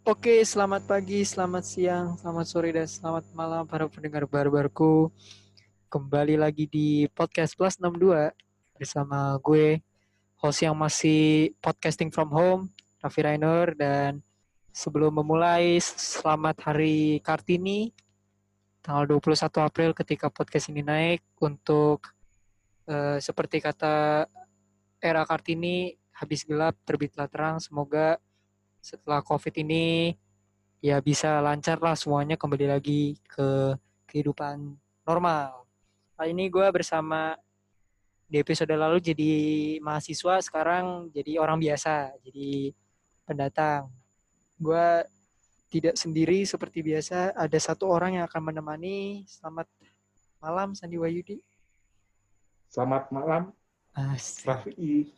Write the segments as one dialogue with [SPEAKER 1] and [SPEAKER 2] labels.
[SPEAKER 1] Oke, selamat pagi, selamat siang, selamat sore, dan selamat malam para pendengar baru-baruku. Kembali lagi di Podcast Plus 62 bersama gue, host yang masih podcasting from home, Raffi Rainer. Dan sebelum memulai, selamat Hari Kartini, tanggal 21 April ketika podcast ini naik. Untuk seperti kata era Kartini, habis gelap terbitlah terang. Semoga setelah COVID ini ya bisa lancar lah semuanya, kembali lagi ke kehidupan normal. Kali ini gue bersama, di episode lalu jadi mahasiswa, sekarang jadi orang biasa, jadi pendatang. Gue tidak sendiri seperti biasa, ada satu orang yang akan menemani. Selamat malam Sandi Wahyudi.
[SPEAKER 2] Selamat malam,
[SPEAKER 1] Asik.
[SPEAKER 2] Raffi.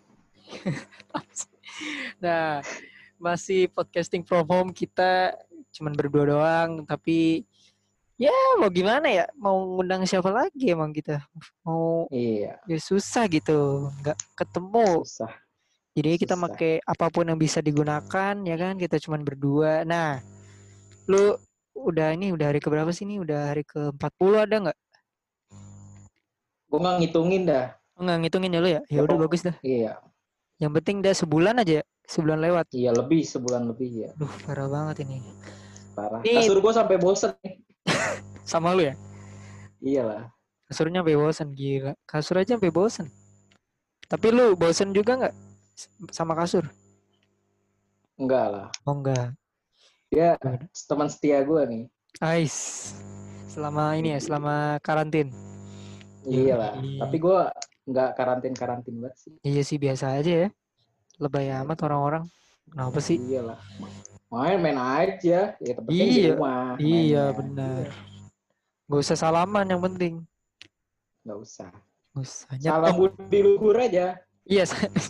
[SPEAKER 1] Nah, masih podcasting from home, kita cuman berdua doang, tapi ya mau gimana ya, mau ngundang siapa lagi emang kita, mau
[SPEAKER 2] Iya,
[SPEAKER 1] ya susah gitu, nggak ketemu.
[SPEAKER 2] susah.
[SPEAKER 1] Jadi kita
[SPEAKER 2] Susah.
[SPEAKER 1] pakai apapun yang bisa digunakan ya kan, kita cuman berdua. Nah, lu udah hari keberapa sih, ini udah hari ke-40 ada nggak?
[SPEAKER 2] Gue nggak ngitungin dah.
[SPEAKER 1] Nggak ngitungin ya lu ya? Ya
[SPEAKER 2] Ya,
[SPEAKER 1] udah bagus dah.
[SPEAKER 2] iya,
[SPEAKER 1] Yang penting dah sebulan aja, sebulan lewat.
[SPEAKER 2] iya lebih sebulan lebih ya.
[SPEAKER 1] Duh, parah banget ini.
[SPEAKER 2] Parah.
[SPEAKER 1] Ini
[SPEAKER 2] Kasur gue sampai bosen nih.
[SPEAKER 1] sama lu ya?
[SPEAKER 2] Iyalah.
[SPEAKER 1] Kasurnya sampai bosen, gila. Kasur aja sampai bosen. Tapi lu bosen juga nggak sama kasur?
[SPEAKER 2] Enggak lah.
[SPEAKER 1] Oh enggak.
[SPEAKER 2] Dia teman setia gue nih.
[SPEAKER 1] Ais. Selama ini ya, selama karantin.
[SPEAKER 2] Iyalah.
[SPEAKER 1] Yoi.
[SPEAKER 2] Tapi gue nggak karantin banget sih.
[SPEAKER 1] Iya sih, biasa aja ya. Lebay amat orang-orang. Kenapa sih?
[SPEAKER 2] Iyalah. Main aja. Ya penting di
[SPEAKER 1] Iya.
[SPEAKER 2] rumah.
[SPEAKER 1] Iya,
[SPEAKER 2] Mainnya.
[SPEAKER 1] benar. Gak usah salaman yang penting.
[SPEAKER 2] Nggak usah.
[SPEAKER 1] Gak usah.
[SPEAKER 2] Salam budi luhur aja.
[SPEAKER 1] Iya.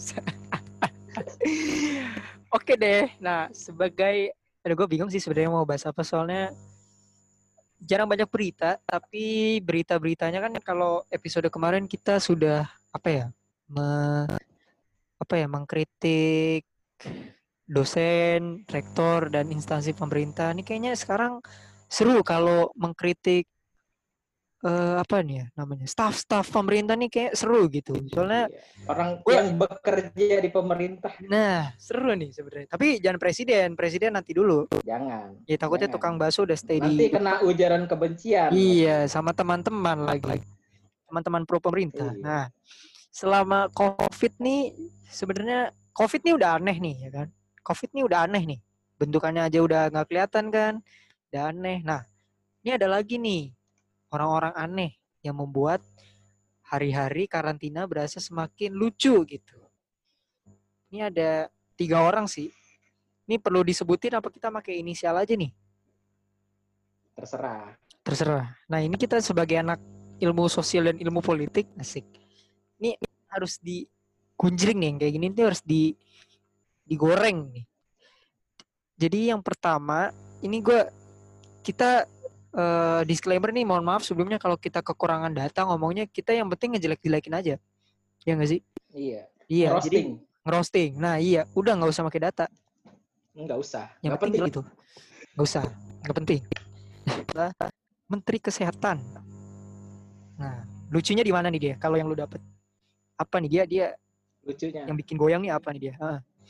[SPEAKER 1] Oke deh. Nah, sebagai... Aduh, gue bingung sih sebenarnya mau bahas apa. Soalnya jarang banyak berita. Tapi berita-beritanya kan kalau episode kemarin kita sudah mengkritik dosen, rektor, dan instansi pemerintah. Ini kayaknya sekarang seru kalau mengkritik staff pemerintah nih, kayak seru gitu. Soalnya
[SPEAKER 2] orang yang bekerja di pemerintah.
[SPEAKER 1] Nah, seru nih sebenarnya. Tapi jangan presiden nanti dulu.
[SPEAKER 2] Jangan.
[SPEAKER 1] Ya takutnya tukang bakso udah stay
[SPEAKER 2] nanti
[SPEAKER 1] di...
[SPEAKER 2] kena ujaran kebencian.
[SPEAKER 1] Iya, sama teman-teman lagi. Teman-teman pro pemerintah.
[SPEAKER 2] Iya.
[SPEAKER 1] Nah, selama COVID nih, sebenarnya COVID nih udah aneh nih, ya kan? COVID nih udah aneh nih. Bentukannya aja udah nggak kelihatan kan? Udah aneh. Nah, ini ada lagi nih orang-orang aneh yang membuat hari-hari karantina berasa semakin lucu gitu. Ini ada 3 orang sih. Ini perlu disebutin apa kita pakai inisial aja nih? Terserah. Nah, ini kita sebagai anak ilmu sosial dan ilmu politik, asik. Ini harus digunjring nih, kayak gini tuh harus digoreng nih. Jadi yang pertama, ini kita disclaimer nih, mohon maaf sebelumnya kalau kita kekurangan data ngomongnya, kita yang penting ngejelek-jelekin aja. Ya nggak sih?
[SPEAKER 2] Iya.
[SPEAKER 1] Jadi ngerosting. Nah iya, udah nggak usah pakai data.
[SPEAKER 2] Nggak usah.
[SPEAKER 1] Yang penting gitu. Nggak usah. Nggak penting. Menteri Kesehatan. Nah, lucunya di mana nih dia? Kalau yang lu dapet, apa nih dia?
[SPEAKER 2] Lucunya.
[SPEAKER 1] Yang bikin goyang nih apa nih dia?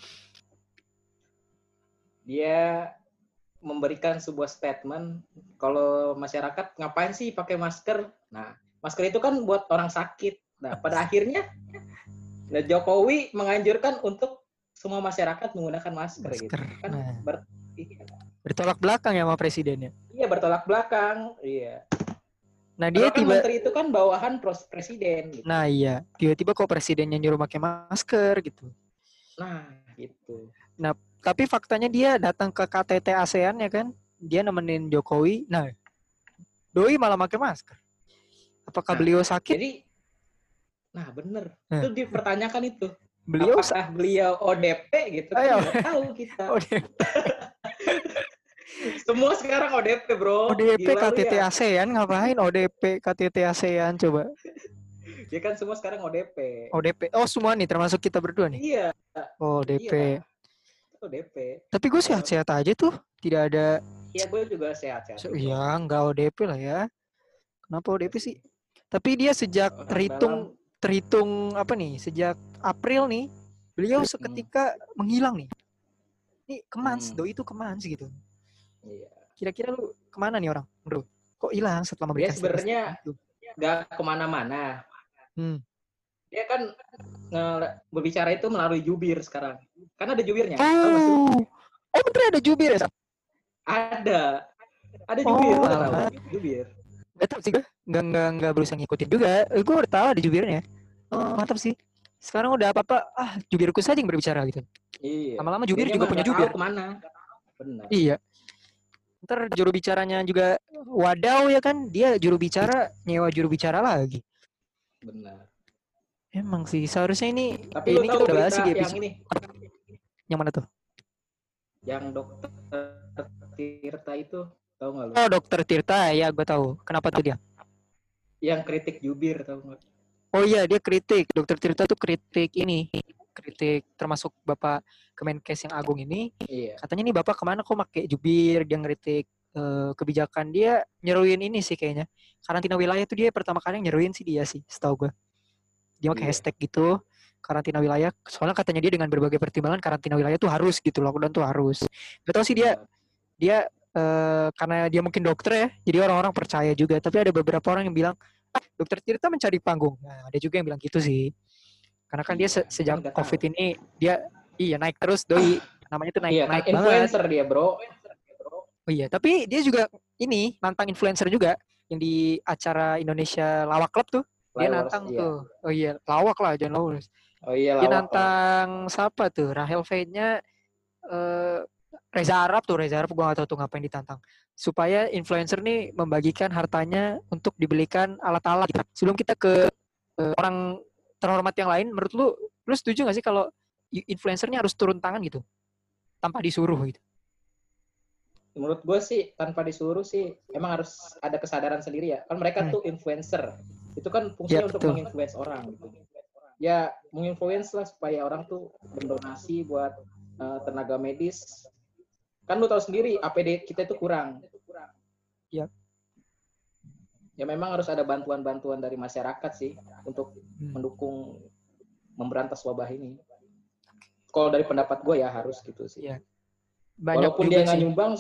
[SPEAKER 2] Dia memberikan sebuah statement kalau masyarakat ngapain sih pakai masker? Nah, masker itu kan buat orang sakit. Nah, pada akhirnya Jokowi menganjurkan untuk semua masyarakat menggunakan masker. Gitu. Kan
[SPEAKER 1] nah, bertolak belakang ya sama presidennya.
[SPEAKER 2] Iya, bertolak belakang. Iya.
[SPEAKER 1] Nah, dia
[SPEAKER 2] kan menteri itu kan bawahan presiden. Gitu.
[SPEAKER 1] Nah, iya. Tiba-tiba kok presidennya nyuruh pakai masker gitu.
[SPEAKER 2] Nah, gitu.
[SPEAKER 1] Nah, tapi faktanya dia datang ke KTT ASEAN ya kan, dia nemenin Jokowi. Nah, doi malah pakai masker. Apakah beliau sakit?
[SPEAKER 2] Jadi, bener. Itu dipertanyakan itu.
[SPEAKER 1] Apakah
[SPEAKER 2] beliau ODP gitu? Kan nggak tahu kita.
[SPEAKER 1] ODP.
[SPEAKER 2] Semua sekarang ODP, bro.
[SPEAKER 1] ODP KTT ASEAN ngapain? ODP KTT ASEAN coba.
[SPEAKER 2] Ya kan semua sekarang ODP.
[SPEAKER 1] ODP. Oh, semua nih termasuk kita berdua nih.
[SPEAKER 2] Iya.
[SPEAKER 1] ODP. Iya.
[SPEAKER 2] ODP.
[SPEAKER 1] Tapi gue sehat-sehat aja tuh, tidak ada.
[SPEAKER 2] Iya, gue juga sehat-sehat juga.
[SPEAKER 1] Ya nggak ODP lah ya. Kenapa ODP sih? Tapi dia sejak
[SPEAKER 2] Orang
[SPEAKER 1] terhitung apa nih? Sejak April nih, beliau seketika menghilang nih. Ini kemans, doi itu kemans gitu.
[SPEAKER 2] Iya.
[SPEAKER 1] Kira-kira lu kemana nih orang, bro? Kok hilang setelah
[SPEAKER 2] Dia
[SPEAKER 1] memberikan
[SPEAKER 2] sebenarnya
[SPEAKER 1] itu?
[SPEAKER 2] nggak kemana-mana.
[SPEAKER 1] Hmm.
[SPEAKER 2] Dia kan berbicara itu melalui jubir sekarang. Kan ada jubirnya. Tahu nggak sih?
[SPEAKER 1] Oh, bener ada jubir ya?
[SPEAKER 2] Ada. Ada jubir, lu nggak tahu? Jubir.
[SPEAKER 1] Gak tau sih gue. Nggak berusaha ngikutin juga. Gue udah tahu ada jubirnya. Oh, mantap sih. Sekarang udah apa-apa, jubirku saja yang berbicara gitu.
[SPEAKER 2] Iya.
[SPEAKER 1] Lama-lama jubir
[SPEAKER 2] Dia
[SPEAKER 1] juga punya jubir.
[SPEAKER 2] Tahu kemana? Benar.
[SPEAKER 1] Iya. Ntar juru bicaranya juga wadaw ya kan. Dia juru bicara, nyewa juru bicara lagi.
[SPEAKER 2] Benar.
[SPEAKER 1] Emang sih, seharusnya ini.
[SPEAKER 2] Tapi lu tahu
[SPEAKER 1] kita udah bahas
[SPEAKER 2] berita
[SPEAKER 1] di
[SPEAKER 2] yang ini?
[SPEAKER 1] Yang mana tuh?
[SPEAKER 2] Yang dokter Tirta itu, tahu nggak lu?
[SPEAKER 1] Oh, dokter Tirta, ya gue tahu. Kenapa tuh dia?
[SPEAKER 2] Yang kritik jubir, tahu nggak?
[SPEAKER 1] Oh iya, dia kritik. Dokter Tirta tuh kritik ini. Kritik termasuk Bapak Kemenkes yang agung ini.
[SPEAKER 2] Iya.
[SPEAKER 1] Katanya nih Bapak kemana kok pakai jubir, dia ngeritik kebijakan dia, nyeruin ini sih kayaknya. Karantina wilayah tuh dia pertama kali nyeruin sih dia sih, setahu gue. Dia pakai hashtag gitu, karantina wilayah. Soalnya katanya dia dengan berbagai pertimbangan karantina wilayah tuh harus gitu, lockdown tuh harus. Gak tau sih dia karena dia mungkin dokter ya, jadi orang-orang percaya juga. Tapi ada beberapa orang yang bilang, dokter Tirta mencari panggung. Nah, ada juga yang bilang gitu sih. Karena kan dia sejak COVID ini dia naik terus doi. Namanya tuh naik
[SPEAKER 2] kan
[SPEAKER 1] banget.
[SPEAKER 2] Influencer dia, bro.
[SPEAKER 1] Oh iya, tapi dia juga ini nantang influencer juga yang di acara Indonesia Lawak Club tuh. Dia nantang tuh. Oh iya, lawak lah, jangan lawak.
[SPEAKER 2] Oh iya,
[SPEAKER 1] dia
[SPEAKER 2] lawak. Dia
[SPEAKER 1] nantang siapa tuh? Rahel Fade-nya Reza Arab gue gak tahu tuh ngapain ditantang. Supaya influencer nih membagikan hartanya untuk dibelikan alat-alat gitu. Sebelum kita ke orang terhormat yang lain, menurut lu setuju gak sih kalau influencernya harus turun tangan gitu? Tanpa disuruh gitu.
[SPEAKER 2] Menurut gue sih tanpa disuruh sih emang harus ada kesadaran sendiri ya. Kan mereka tuh influencer. Itu kan fungsinya untuk menginfluence orang gitu. Ya, menginfluence lah supaya orang tuh berdonasi buat tenaga medis. Kan lu tahu sendiri APD kita itu kurang.
[SPEAKER 1] Iya.
[SPEAKER 2] Ya memang harus ada bantuan-bantuan dari masyarakat sih untuk mendukung memberantas wabah ini. Kalau dari pendapat gue ya harus gitu sih.
[SPEAKER 1] Iya.
[SPEAKER 2] Walaupun dia nggak nyumbang,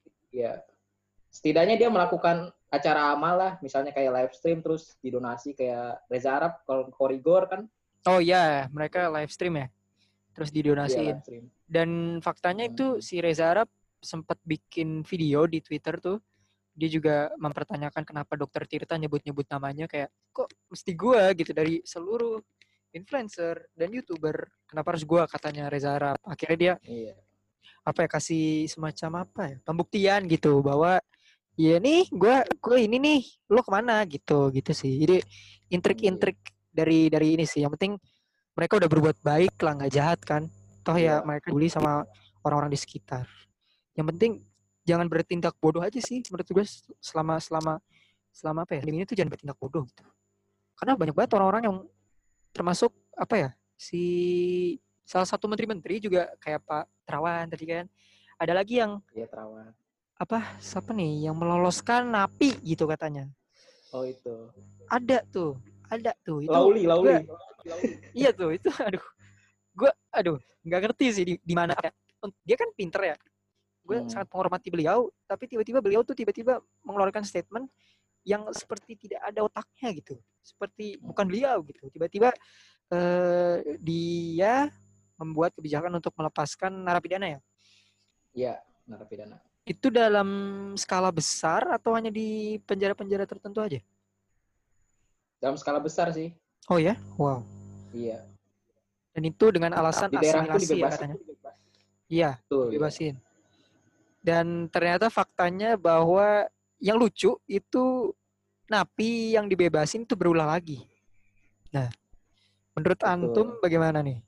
[SPEAKER 2] setidaknya dia melakukan acara amal lah, misalnya kayak live stream terus didonasi kayak Reza Arab kalau Korigor kan.
[SPEAKER 1] Oh iya, mereka live stream ya, terus didonasiin. Iya, dan faktanya itu si Reza Arab sempat bikin video di Twitter tuh, dia juga mempertanyakan kenapa dokter Tirta nyebut-nyebut namanya kayak kok mesti gua gitu dari seluruh influencer dan YouTuber, kenapa harus gua katanya Reza Arab. Akhirnya dia kasih semacam pembuktian gitu bahwa ya nih gue ini nih, lo kemana gitu sih. Jadi intrik-intrik dari ini sih. Yang penting mereka udah berbuat baik lah, nggak jahat kan. Toh ya mereka peduli sama orang-orang di sekitar. Yang penting jangan bertindak bodoh aja sih menurut gue. Selama ini tuh jangan bertindak bodoh gitu. Karena banyak banget orang-orang yang termasuk si salah satu menteri-menteri juga kayak Pak Terawan tadi kan. Ada lagi yang
[SPEAKER 2] Terawan.
[SPEAKER 1] Siapa nih yang meloloskan napi gitu katanya.
[SPEAKER 2] Oh itu.
[SPEAKER 1] Ada tuh. Itu
[SPEAKER 2] Lauli.
[SPEAKER 1] Iya tuh, itu gue nggak ngerti sih di mana. Dia kan pinter ya. Gue sangat menghormati beliau, tapi tiba-tiba beliau tuh mengeluarkan statement yang seperti tidak ada otaknya gitu. Seperti bukan beliau gitu. Tiba-tiba dia membuat kebijakan untuk melepaskan narapidana ya?
[SPEAKER 2] Iya, narapidana.
[SPEAKER 1] Itu dalam skala besar atau hanya di penjara-penjara tertentu aja?
[SPEAKER 2] Dalam skala besar sih.
[SPEAKER 1] Oh ya? Wow.
[SPEAKER 2] Iya.
[SPEAKER 1] Dan itu dengan alasan asimilasi ya katanya? Iya, dibebasin. Dan ternyata faktanya bahwa yang lucu itu napi yang dibebasin itu berulah lagi. Nah, menurut antum bagaimana nih?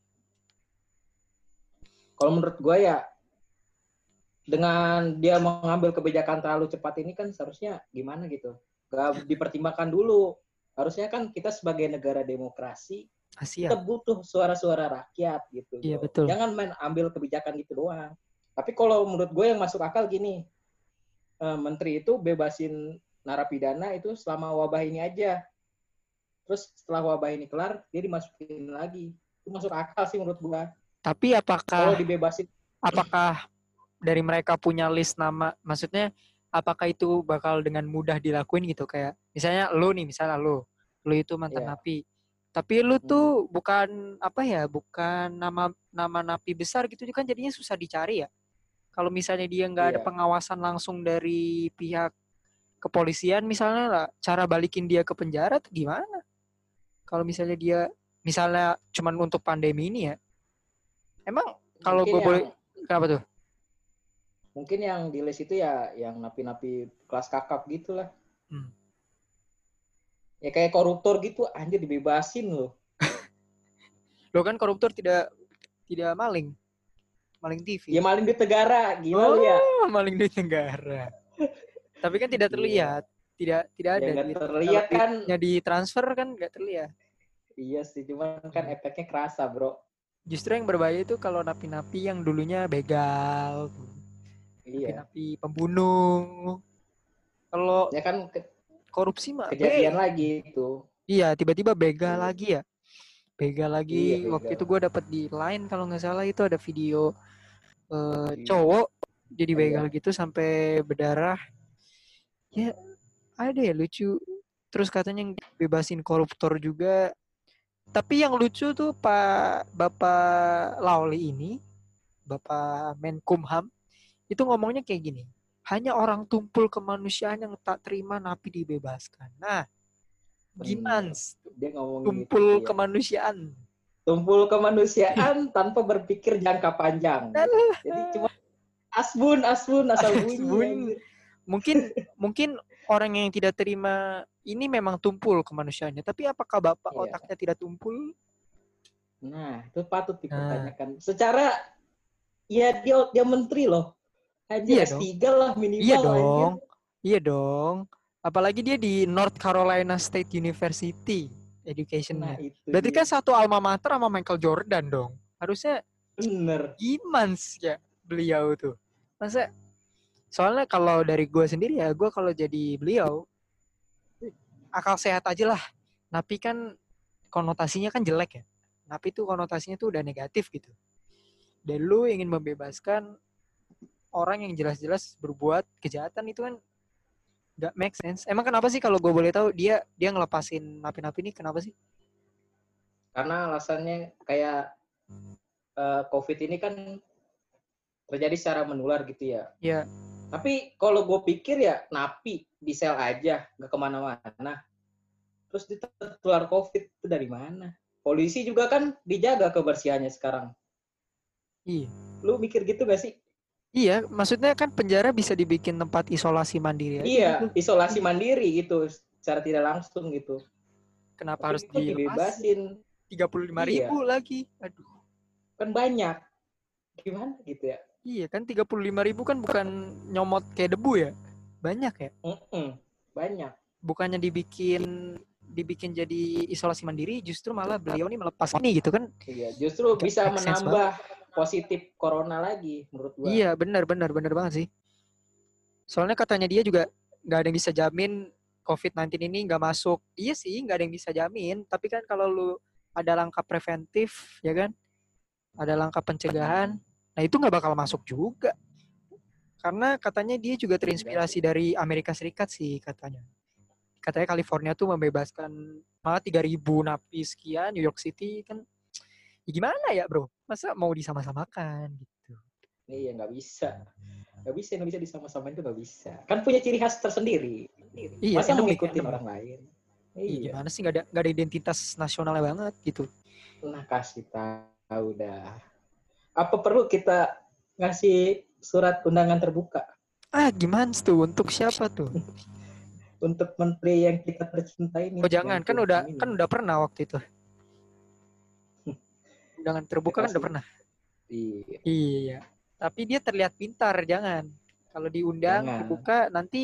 [SPEAKER 2] Kalau menurut gue ya, dengan dia mengambil kebijakan terlalu cepat ini kan seharusnya gimana gitu. Gak dipertimbangkan dulu. Harusnya kan kita sebagai negara demokrasi,
[SPEAKER 1] Siap.
[SPEAKER 2] Kita butuh suara-suara rakyat gitu,
[SPEAKER 1] Iya
[SPEAKER 2] bro.
[SPEAKER 1] betul.
[SPEAKER 2] Jangan main ambil kebijakan gitu doang. Tapi kalau menurut gue yang masuk akal gini, menteri itu bebasin narapidana itu selama wabah ini aja. Terus setelah wabah ini kelar, dia dimasukin lagi. Itu masuk akal sih menurut gue.
[SPEAKER 1] Tapi
[SPEAKER 2] Kalau
[SPEAKER 1] apakah
[SPEAKER 2] dibebasin,
[SPEAKER 1] apakah dari mereka punya list nama, maksudnya apakah itu bakal dengan mudah dilakuin gitu, kayak misalnya lu itu mantan
[SPEAKER 2] ya.
[SPEAKER 1] napi, tapi lu tuh bukan apa ya, bukan nama nama napi besar gitu kan, jadinya susah dicari ya. Kalau misalnya dia nggak ada
[SPEAKER 2] Iya.
[SPEAKER 1] pengawasan langsung dari pihak kepolisian misalnya lah, cara balikin dia ke penjara tuh gimana? Kalau misalnya dia misalnya cuman untuk pandemi ini ya, emang kalau
[SPEAKER 2] Mungkin
[SPEAKER 1] gue boleh,
[SPEAKER 2] yang
[SPEAKER 1] kenapa tuh?
[SPEAKER 2] mungkin yang di list itu ya yang napi-napi kelas kakap gitulah.
[SPEAKER 1] Hmm.
[SPEAKER 2] Ya kayak koruptor gitu, anjir dibebasin loh.
[SPEAKER 1] Lo kan koruptor tidak tidak maling, maling
[SPEAKER 2] Ya
[SPEAKER 1] TV.
[SPEAKER 2] maling di negara, gila lu ya.
[SPEAKER 1] Oh, maling duit negara. Tapi kan tidak
[SPEAKER 2] Gila.
[SPEAKER 1] terlihat, tidak
[SPEAKER 2] Ya
[SPEAKER 1] ada
[SPEAKER 2] nggak
[SPEAKER 1] duit. Kalau
[SPEAKER 2] terlihat kan.
[SPEAKER 1] duitnya ditransfer kan nggak terlihat.
[SPEAKER 2] Iya sih, cuman kan efeknya kerasa, bro.
[SPEAKER 1] Justru yang berbahaya itu kalau napi-napi yang dulunya begal,
[SPEAKER 2] Iya.
[SPEAKER 1] napi-napi pembunuh. Kalau
[SPEAKER 2] Ya kan
[SPEAKER 1] korupsi mah
[SPEAKER 2] kejadian lagi itu.
[SPEAKER 1] iya, tiba-tiba begal
[SPEAKER 2] Iya,
[SPEAKER 1] lagi ya. Begal
[SPEAKER 2] iya
[SPEAKER 1] lagi. Waktu
[SPEAKER 2] begal.
[SPEAKER 1] itu gue dapet di Line kalau nggak salah, itu ada video
[SPEAKER 2] Iya.
[SPEAKER 1] cowok jadi
[SPEAKER 2] Oh,
[SPEAKER 1] begal
[SPEAKER 2] iya.
[SPEAKER 1] gitu sampai berdarah. Ya ada ya lucu. Terus katanya bebasin koruptor juga. Tapi yang lucu tuh Bapak Lauli ini, Bapak Menkumham, itu ngomongnya kayak gini. Hanya orang tumpul kemanusiaan yang tak terima napi dibebaskan. Nah,
[SPEAKER 2] Bener.
[SPEAKER 1] gimana
[SPEAKER 2] Dia ngomong gitu,
[SPEAKER 1] tumpul
[SPEAKER 2] iya.
[SPEAKER 1] kemanusiaan?
[SPEAKER 2] Tumpul kemanusiaan tanpa berpikir jangka panjang gitu. Jadi cuma asbun, asbun, asal bunyi
[SPEAKER 1] Bun,
[SPEAKER 2] anjir.
[SPEAKER 1] mungkin orang yang tidak terima ini memang tumpul kemanusiaannya. Tapi apakah Bapak
[SPEAKER 2] Iya.
[SPEAKER 1] otaknya tidak tumpul?
[SPEAKER 2] Nah, itu patut
[SPEAKER 1] Nah,
[SPEAKER 2] dipertanyakan. Secara ya dia menteri loh. Anjir
[SPEAKER 1] iya dong.
[SPEAKER 2] S3 lah
[SPEAKER 1] Iya
[SPEAKER 2] minimal
[SPEAKER 1] dong.
[SPEAKER 2] anjir.
[SPEAKER 1] Iya dong. Apalagi dia di North Carolina State University
[SPEAKER 2] Nah,
[SPEAKER 1] educationnya.
[SPEAKER 2] itu
[SPEAKER 1] Berarti
[SPEAKER 2] dia.
[SPEAKER 1] kan satu alma mater sama Michael Jordan dong. Harusnya
[SPEAKER 2] Bener.
[SPEAKER 1] gimana sih ya beliau tuh. Masa soalnya kalau dari gue sendiri ya, gue kalau jadi beliau akal sehat aja lah. Napi kan konotasinya kan jelek ya. Napi itu konotasinya tuh udah negatif gitu. Dan lu ingin membebaskan orang yang jelas-jelas berbuat kejahatan, itu kan gak make sense. Emang kenapa sih kalau gue boleh tahu dia ngelepasin napi-napi ini kenapa sih?
[SPEAKER 2] Karena alasannya kayak COVID ini kan terjadi secara menular gitu ya.
[SPEAKER 1] Ya,
[SPEAKER 2] Tapi kalau gue pikir ya napi di sel aja, nggak kemana-mana. Terus tertular COVID itu dari mana? Polisi juga kan dijaga kebersihannya sekarang.
[SPEAKER 1] iya.
[SPEAKER 2] Lu mikir gitu gak sih?
[SPEAKER 1] Iya, maksudnya kan penjara bisa dibikin tempat isolasi mandiri aja gitu.
[SPEAKER 2] Iya, isolasi mandiri gitu, secara tidak langsung gitu.
[SPEAKER 1] Kenapa
[SPEAKER 2] Tapi
[SPEAKER 1] harus
[SPEAKER 2] kok
[SPEAKER 1] dilepasin?
[SPEAKER 2] dibebasin?
[SPEAKER 1] 35.000
[SPEAKER 2] Iya,
[SPEAKER 1] lagi. Aduh.
[SPEAKER 2] kan banyak. Gimana gitu ya?
[SPEAKER 1] Iya kan 35.000 kan bukan nyomot kayak debu ya. Banyak ya.
[SPEAKER 2] Banyak.
[SPEAKER 1] Bukannya dibikin jadi isolasi mandiri, justru malah beliau ini melepas ini gitu kan.
[SPEAKER 2] Iya, justru
[SPEAKER 1] Gak
[SPEAKER 2] bisa
[SPEAKER 1] make sense banget.
[SPEAKER 2] menambah positif corona lagi menurut gua.
[SPEAKER 1] Iya benar banget sih. Soalnya katanya dia juga nggak ada yang bisa jamin COVID-19 ini nggak masuk. Iya sih, nggak ada yang bisa jamin. Tapi kan kalau lu ada langkah preventif, ya kan? Ada langkah pencegahan. Nah itu nggak bakal masuk juga. Karena katanya dia juga
[SPEAKER 2] Enggak
[SPEAKER 1] terinspirasi
[SPEAKER 2] sih.
[SPEAKER 1] dari Amerika Serikat sih katanya. Katanya California tuh membebaskan malah 3.000 napi sekian, New York City kan. Ya gimana ya bro? Masa mau disama-samakan gitu?
[SPEAKER 2] Iya, nggak bisa. Nggak bisa disama-samain itu nggak bisa. Kan punya ciri khas tersendiri.
[SPEAKER 1] Iya,
[SPEAKER 2] Masa mau
[SPEAKER 1] endemik,
[SPEAKER 2] ngikutin
[SPEAKER 1] endemik.
[SPEAKER 2] orang lain?
[SPEAKER 1] Iya,
[SPEAKER 2] Iya.
[SPEAKER 1] gimana sih nggak ada identitas nasionalnya banget gitu.
[SPEAKER 2] Nah, kasih tahu dah. Apa perlu kita ngasih surat undangan terbuka
[SPEAKER 1] Gimana tuh? Untuk siapa tuh?
[SPEAKER 2] untuk menteri yang kita tercintai ini,
[SPEAKER 1] Oh jangan,
[SPEAKER 2] Menkumham
[SPEAKER 1] kan
[SPEAKER 2] ini?
[SPEAKER 1] udah pernah waktu itu. Undangan
[SPEAKER 2] Kita
[SPEAKER 1] terbuka kan udah
[SPEAKER 2] kasih.
[SPEAKER 1] pernah.
[SPEAKER 2] Iya.
[SPEAKER 1] Iya. Tapi dia terlihat pintar, jangan. Kalau diundang
[SPEAKER 2] Jangan.
[SPEAKER 1] terbuka nanti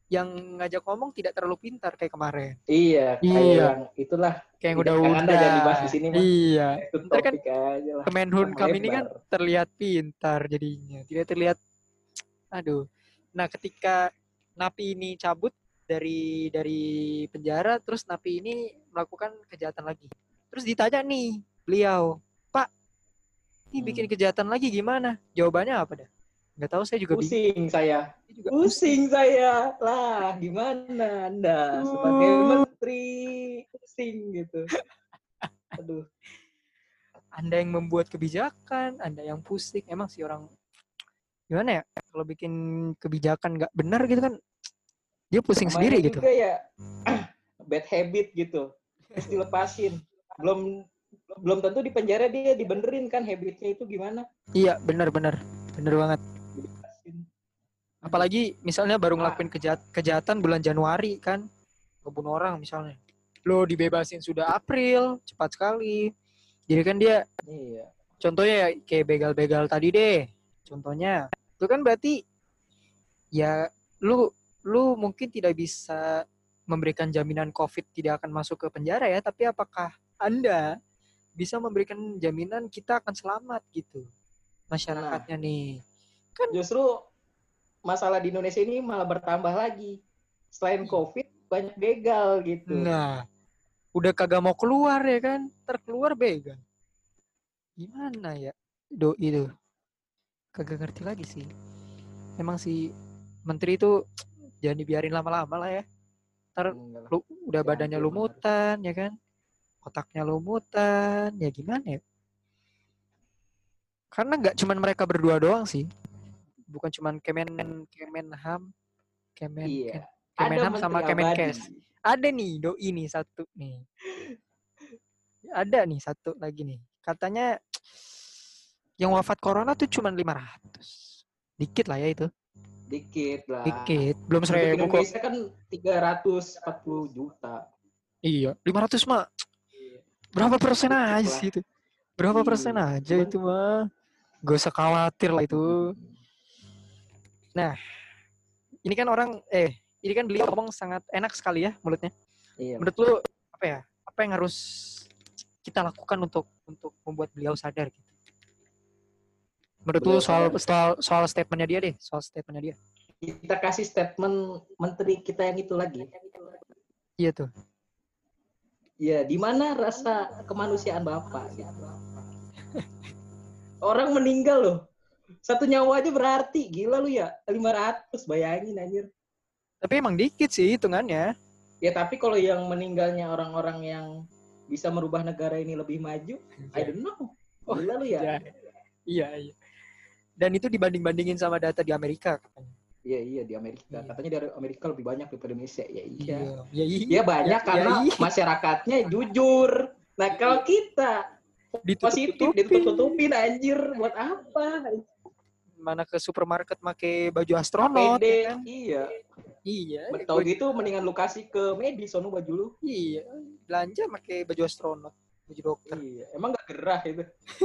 [SPEAKER 1] yang ngajak ngomong tidak terlalu pintar kayak kemarin.
[SPEAKER 2] Iya, kayak
[SPEAKER 1] Iya,
[SPEAKER 2] yang itulah.
[SPEAKER 1] kayak yang
[SPEAKER 2] Jangan Anda
[SPEAKER 1] udah-udah.
[SPEAKER 2] jangan dibahas di sini mah.
[SPEAKER 1] Iya.
[SPEAKER 2] Itu
[SPEAKER 1] Ntar kan
[SPEAKER 2] topik aja lah.
[SPEAKER 1] Kemenhun
[SPEAKER 2] Tambah
[SPEAKER 1] kami ini kan
[SPEAKER 2] lebar.
[SPEAKER 1] terlihat pintar jadinya. Tidak terlihat, aduh. Nah, ketika napi ini cabut dari penjara, terus napi ini melakukan kejahatan lagi. Terus ditanya nih beliau, Pak, ini bikin kejahatan lagi gimana? Jawabannya apa dah? Nggak tahu, saya juga bingung.
[SPEAKER 2] Pusing saya.
[SPEAKER 1] Saya juga
[SPEAKER 2] Pusing saya. Lah, gimana Anda sebagai menteri pusing gitu. Aduh.
[SPEAKER 1] Anda yang membuat kebijakan, Anda yang pusing. Emang sih orang gimana ya? Kalau bikin kebijakan nggak benar gitu kan, dia pusing
[SPEAKER 2] Namanya
[SPEAKER 1] sendiri gitu.
[SPEAKER 2] juga ya bad habit gitu. Terus dilepasin. Belum tentu di penjara dia dibenerin kan habitnya itu gimana.
[SPEAKER 1] Iya, benar banget.
[SPEAKER 2] Dilepasin.
[SPEAKER 1] Apalagi misalnya baru ngelakuin kejahatan bulan Januari kan, ngebunuh orang misalnya. Lo dibebasin sudah April, cepat sekali. Jadi kan dia,
[SPEAKER 2] Iya.
[SPEAKER 1] contohnya ya kayak begal-begal tadi deh. Contohnya, itu kan berarti ya lu mungkin tidak bisa memberikan jaminan COVID tidak akan masuk ke penjara ya, tapi apakah Anda bisa memberikan jaminan kita akan selamat gitu masyarakatnya nih? Kan
[SPEAKER 2] Justru masalah di Indonesia ini malah bertambah lagi. Selain COVID, banyak begal gitu.
[SPEAKER 1] nah, udah kagak mau keluar ya kan, terkeluar begal. Gimana ya? Doi itu kagak ngerti lagi sih. Emang si menteri itu jangan dibiarin lama-lama lah ya. Ntar udah badannya lumutan ya kan, otaknya lumutan, ya gimana ya? Karena nggak cuman mereka berdua doang sih, bukan cuman Kemenham,
[SPEAKER 2] Iya.
[SPEAKER 1] Kemenham
[SPEAKER 2] Ada
[SPEAKER 1] sama
[SPEAKER 2] menteri abadi.
[SPEAKER 1] Kemenkes. Ada nih doi nih satu nih. Ada nih satu lagi nih. Katanya yang wafat corona tuh cuman 500. Dikit lah ya itu.
[SPEAKER 2] Dikit lah.
[SPEAKER 1] Dikit. Belum
[SPEAKER 2] Penduduk
[SPEAKER 1] 1000 kok.
[SPEAKER 2] Indonesia kan 340 juta.
[SPEAKER 1] Iya, 500 mah. Berapa persen
[SPEAKER 2] Dikit
[SPEAKER 1] aja
[SPEAKER 2] lah.
[SPEAKER 1] sih itu? Berapa persen aja itu mah? Gak usah khawatir lah itu. Nah, ini kan ini kan beliau ngomong sangat enak sekali ya mulutnya.
[SPEAKER 2] Iya.
[SPEAKER 1] Menurut lu apa ya? Apa yang harus kita lakukan untuk membuat beliau sadar gitu? Menurut lu soal statementnya dia deh, soal statementnya dia.
[SPEAKER 2] Kita kasih statement menteri kita yang itu lagi.
[SPEAKER 1] Iya tuh.
[SPEAKER 2] Ya, di mana rasa kemanusiaan Bapak? Orang meninggal loh. Satu nyawa aja berarti. Gila lu ya. 500, bayangin anjir.
[SPEAKER 1] Tapi emang dikit sih hitungannya.
[SPEAKER 2] Ya, tapi kalau yang meninggalnya orang-orang yang bisa merubah negara ini lebih maju, I don't know. Gila lu ya.
[SPEAKER 1] Iya. Dan itu dibanding-bandingin sama data di Amerika katanya.
[SPEAKER 2] Iya di Amerika. Katanya di Amerika lebih banyak daripada Indonesia. Ya iya.
[SPEAKER 1] Ya
[SPEAKER 2] banyak karena masyarakatnya jujur. Nah, kalau kita positif ditutup-tutupin anjir, buat apa?
[SPEAKER 1] Mana ke supermarket pakai baju astronot
[SPEAKER 2] APD,
[SPEAKER 1] kan? Iya.
[SPEAKER 2] Tahu gitu mendingan lu kasih ke medis sono baju lu.
[SPEAKER 1] Iya, belanja pakai baju astronot, baju dokter.
[SPEAKER 2] Iya, emang gak gerah itu.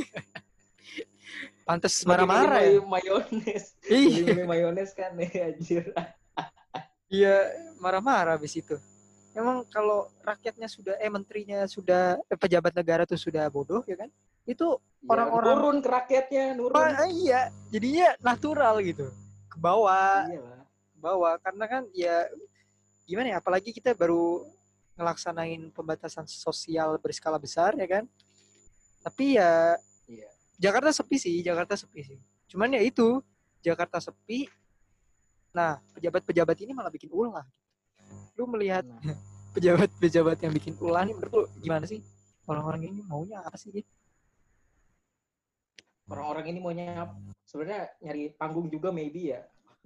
[SPEAKER 1] Pantes marah-marah ya.
[SPEAKER 2] Mayones.
[SPEAKER 1] Iya.
[SPEAKER 2] Mayones kan anjir.
[SPEAKER 1] Iya, marah-marah habis itu. Emang kalau rakyatnya sudah menterinya sudah pejabat negara tuh sudah bodoh ya kan? Itu orang-orang
[SPEAKER 2] turun ke rakyatnya, nurun.
[SPEAKER 1] Iya, jadinya natural gitu. Ke bawah. Iyalah. Ke bawah karena kan ya gimana ya, apalagi kita baru ngelaksanain pembatasan sosial berskala besar ya kan? Tapi ya Jakarta sepi sih. Cuman ya itu, Jakarta sepi. Nah, pejabat-pejabat ini malah bikin ulah. Lu melihat pejabat-pejabat yang bikin ulah nih, menurut lu gimana sih? Orang-orang ini maunya apa sih dia?
[SPEAKER 2] Orang-orang ini maunya sebenarnya nyari panggung juga maybe.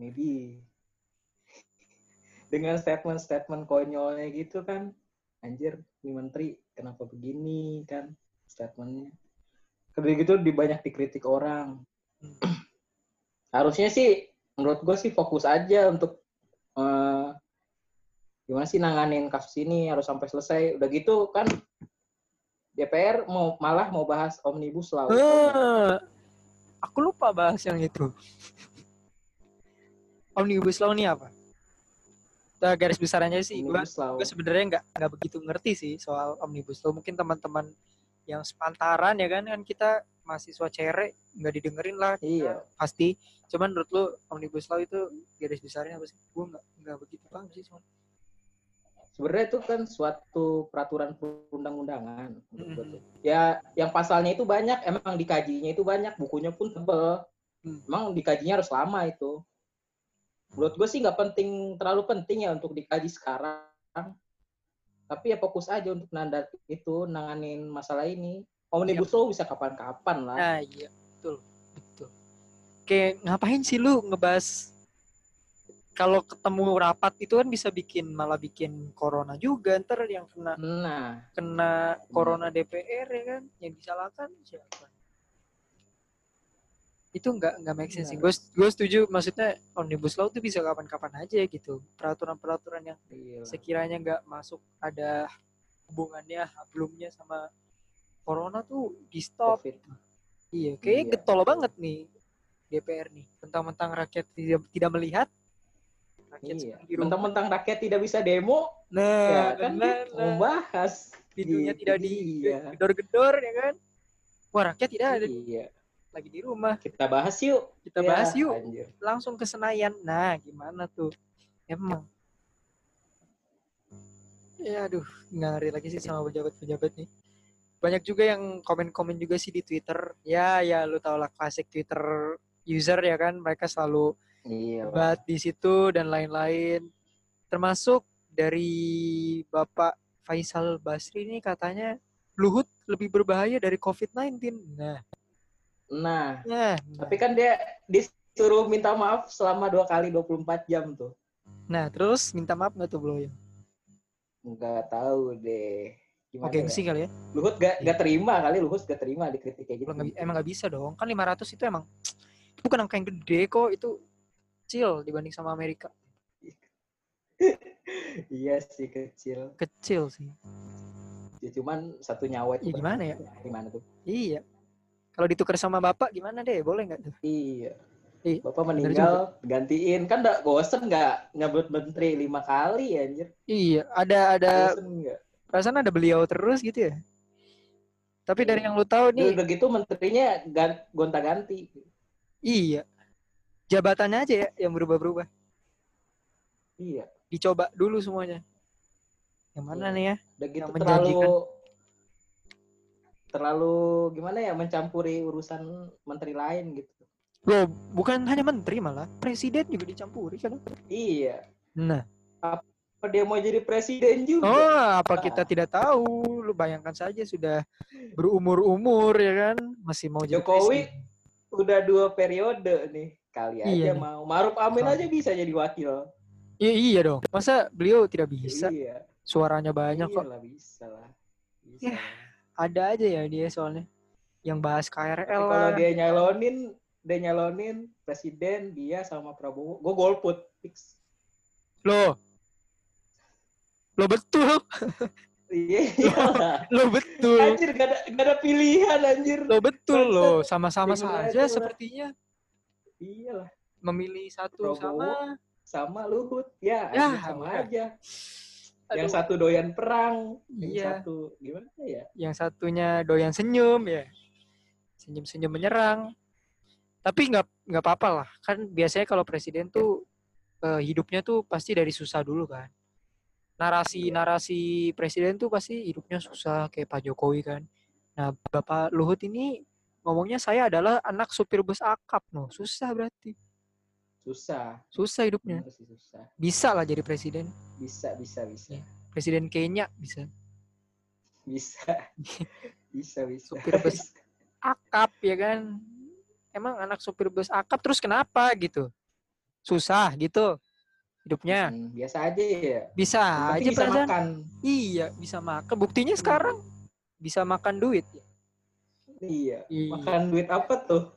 [SPEAKER 2] Dengan statement-statement konyolnya gitu kan. Anjir, ini menteri kenapa begini kan statementnya. Kayak gitu banyak dikritik orang. Harusnya sih menurut gue sih fokus aja untuk gimana sih nanganin kasus ini harus sampai selesai. Udah gitu kan DPR malah mau bahas Omnibus Law.
[SPEAKER 1] Aku lupa bahas yang itu. Omnibus Law ini apa? garis besarnya sih
[SPEAKER 2] Omnibus Law.
[SPEAKER 1] gue sebenarnya nggak begitu ngerti sih soal omnibus law. Mungkin teman-teman yang sepantaran ya kan kita mahasiswa cere nggak didengerin lah
[SPEAKER 2] Iya.
[SPEAKER 1] pasti. Cuman menurut lu omnibus law itu garis besarnya apa sih? Gue nggak begitu paham sih cuman.
[SPEAKER 2] Sebenarnya itu kan suatu peraturan perundang-undangan. Ya, yang pasalnya itu banyak, emang dikajinya itu banyak, bukunya pun tebel. Emang dikajinya harus lama itu. Menurut gue sih nggak terlalu penting ya untuk dikaji sekarang. Tapi ya fokus aja untuk nanganin masalah ini. Omnibus Law bisa kapan-kapan lah.
[SPEAKER 1] Nah iya, betul. Kayak ngapain sih lu ngebahas, kalau ketemu rapat itu kan bisa malah bikin corona juga ntar yang kena corona DPR ya kan, yang disalahkan siapa? Itu nggak make sense sih. Gue setuju, maksudnya omnibus law itu bisa kapan-kapan aja gitu. Peraturan yang sekiranya nggak masuk ada hubungannya belumnya sama corona tuh di stop. Iya, kayaknya getol banget nih DPR nih. Mentang-mentang rakyat tidak melihat.
[SPEAKER 2] Mentang-mentang rakyat tidak bisa demo.
[SPEAKER 1] Nah,
[SPEAKER 2] ya kan membahas.
[SPEAKER 1] Pintunya tidak digedor-gedor ya kan. Wah, rakyat tidak ada. Iya. Lagi di rumah.
[SPEAKER 2] Kita bahas yuk.
[SPEAKER 1] Anjir. Langsung ke Senayan. Nah, gimana tuh? Emang. Ya aduh, nggak ngerti lagi sih sama pejabat-pejabat nih. Banyak juga yang komen-komen juga sih di Twitter. Ya lu tau lah klasik Twitter user ya kan. Mereka selalu debat di situ dan lain-lain. Termasuk dari Bapak Faisal Basri ini katanya Luhut lebih berbahaya dari COVID-19.
[SPEAKER 2] Nah, tapi kan dia disuruh minta maaf selama 2 kali 24 jam tuh.
[SPEAKER 1] Nah, terus minta maaf nggak tuh Bloy?
[SPEAKER 2] Nggak tahu deh.
[SPEAKER 1] Gimana gengsi kali ya?
[SPEAKER 2] Luhut gak terima kali, Luhut gak terima dikritik kayak gitu.
[SPEAKER 1] Emang gak bisa dong, kan 500 itu emang bukan angka yang gede kok, itu kecil dibanding sama Amerika.
[SPEAKER 2] Iya sih, kecil
[SPEAKER 1] sih
[SPEAKER 2] ya, cuman satu nyawa
[SPEAKER 1] itu gimana ya?
[SPEAKER 2] Gimana tuh?
[SPEAKER 1] Iya, kalau ditukar sama bapak gimana deh, boleh nggak tuh?
[SPEAKER 2] Iya. Bapak meninggal gantiin, kan udah bosen nggak nyebut menteri 5 kali anjir.
[SPEAKER 1] Iya, ada perasaan ada beliau terus gitu ya. Tapi dari yang lu tahu nih,
[SPEAKER 2] udah gitu menterinya gonta-ganti.
[SPEAKER 1] Iya, jabatannya aja ya yang berubah-berubah.
[SPEAKER 2] Iya,
[SPEAKER 1] dicoba dulu semuanya. Yang mana nih ya?
[SPEAKER 2] Udah gitu terlalu gimana ya, mencampuri urusan menteri lain gitu.
[SPEAKER 1] Loh, bukan hanya menteri, malah presiden juga dicampuri kan?
[SPEAKER 2] Iya.
[SPEAKER 1] Nah,
[SPEAKER 2] apa dia mau jadi presiden juga?
[SPEAKER 1] Oh, apa kita tidak tahu? Lu bayangkan saja sudah berumur-umur ya kan, masih mau jadi
[SPEAKER 2] Jokowi presiden. Udah 2 periode nih, kali aja mau. Ma'ruf Amin aja bisa jadi wakil.
[SPEAKER 1] Iya dong. Masa beliau tidak bisa?
[SPEAKER 2] Iya.
[SPEAKER 1] Suaranya banyak kok.
[SPEAKER 2] Bisa lah.
[SPEAKER 1] Ya, ada aja ya dia soalnya. Yang bahas KRL.
[SPEAKER 2] Tapi kalau dia nyalonin presiden, dia sama Prabowo, gue golput fix.
[SPEAKER 1] Loh betul.
[SPEAKER 2] Iya.
[SPEAKER 1] Lo betul.
[SPEAKER 2] Anjir, gak ada pilihan anjir.
[SPEAKER 1] Lo betul lo, sama-sama saja sepertinya.
[SPEAKER 2] Iyalah.
[SPEAKER 1] Memilih satu
[SPEAKER 2] Prabowo sama Luhut. Ya sama aja. Yang satu doyan perang, yang satu gimana ya?
[SPEAKER 1] Yang satunya doyan senyum ya. Senyum-senyum menyerang. Tapi nggak apa-apa lah. Kan biasanya kalau presiden tuh hidupnya tuh pasti dari susah dulu kan. Narasi presiden tuh pasti hidupnya susah kayak Pak Jokowi kan. Nah, Bapak Luhut ini ngomongnya saya adalah anak supir bus akap, no. Susah berarti. Susah hidupnya.
[SPEAKER 2] Susah.
[SPEAKER 1] Bisa lah jadi presiden.
[SPEAKER 2] Bisa.
[SPEAKER 1] Ya. Presiden Kenya bisa.
[SPEAKER 2] Bisa.
[SPEAKER 1] Supir bus akap ya kan. Emang anak supir bus akap terus kenapa gitu? Susah gitu hidupnya.
[SPEAKER 2] Biasa aja ya.
[SPEAKER 1] Bisa aja
[SPEAKER 2] bisa makan.
[SPEAKER 1] Iya, bisa makan. Buktinya sekarang bisa makan duit.
[SPEAKER 2] Iya. Makan duit apa tuh?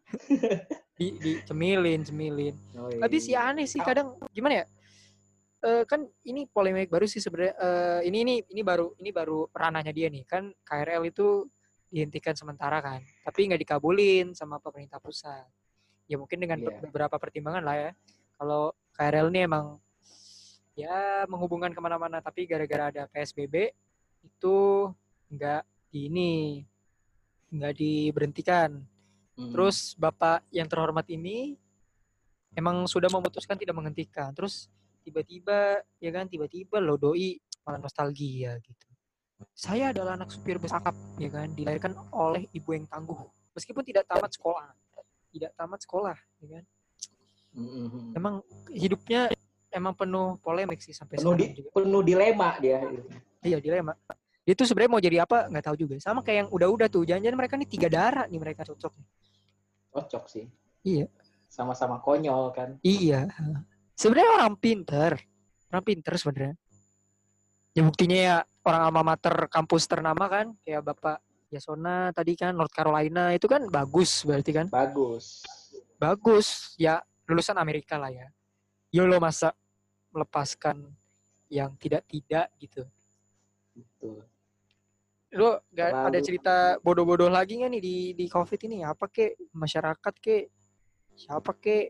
[SPEAKER 1] Cemilin. Tapi sih aneh sih kadang, gimana ya? Kan ini polemik baru sih sebenarnya. Ini baru ranahnya dia nih. Kan KRL itu dihentikan sementara kan, tapi nggak dikabulin sama pemerintah pusat. Ya mungkin dengan beberapa pertimbangan lah ya. Kalau KRL ini emang ya menghubungkan kemana-mana, tapi gara-gara ada PSBB itu nggak di ini, nggak diberhentikan. Terus Bapak yang terhormat ini emang sudah memutuskan tidak menghentikan. Terus tiba-tiba ya kan, tiba-tiba lo doi malah nostalgia gitu. Saya adalah anak supir bus akap, ya kan, dilahirkan oleh ibu yang tangguh. Meskipun tidak tamat sekolah, ya kan. Emang hidupnya emang penuh polemik sih sampai sekarang juga.
[SPEAKER 2] Penuh dilema dia.
[SPEAKER 1] Iya, dilema. Dia tuh sebenarnya mau jadi apa nggak tahu juga. Sama kayak yang udah-udah tuh. Jangan-jangan mereka nih 3 darah nih, mereka cocok.
[SPEAKER 2] Cocok sih.
[SPEAKER 1] Iya.
[SPEAKER 2] Sama-sama konyol kan.
[SPEAKER 1] Iya. Sebenarnya orang pinter sebenarnya. Ya buktinya ya orang alma mater kampus ternama kan, kayak Bapak Yasona tadi kan, North Carolina itu kan bagus berarti kan? Bagus. Ya lulusan Amerika lah ya. Yo lo masa melepaskan yang tidak gitu.
[SPEAKER 2] Betul.
[SPEAKER 1] Lo gak ada cerita bodoh-bodoh lagi nggak nih di COVID ini? Apa kek masyarakat kek siapa kek?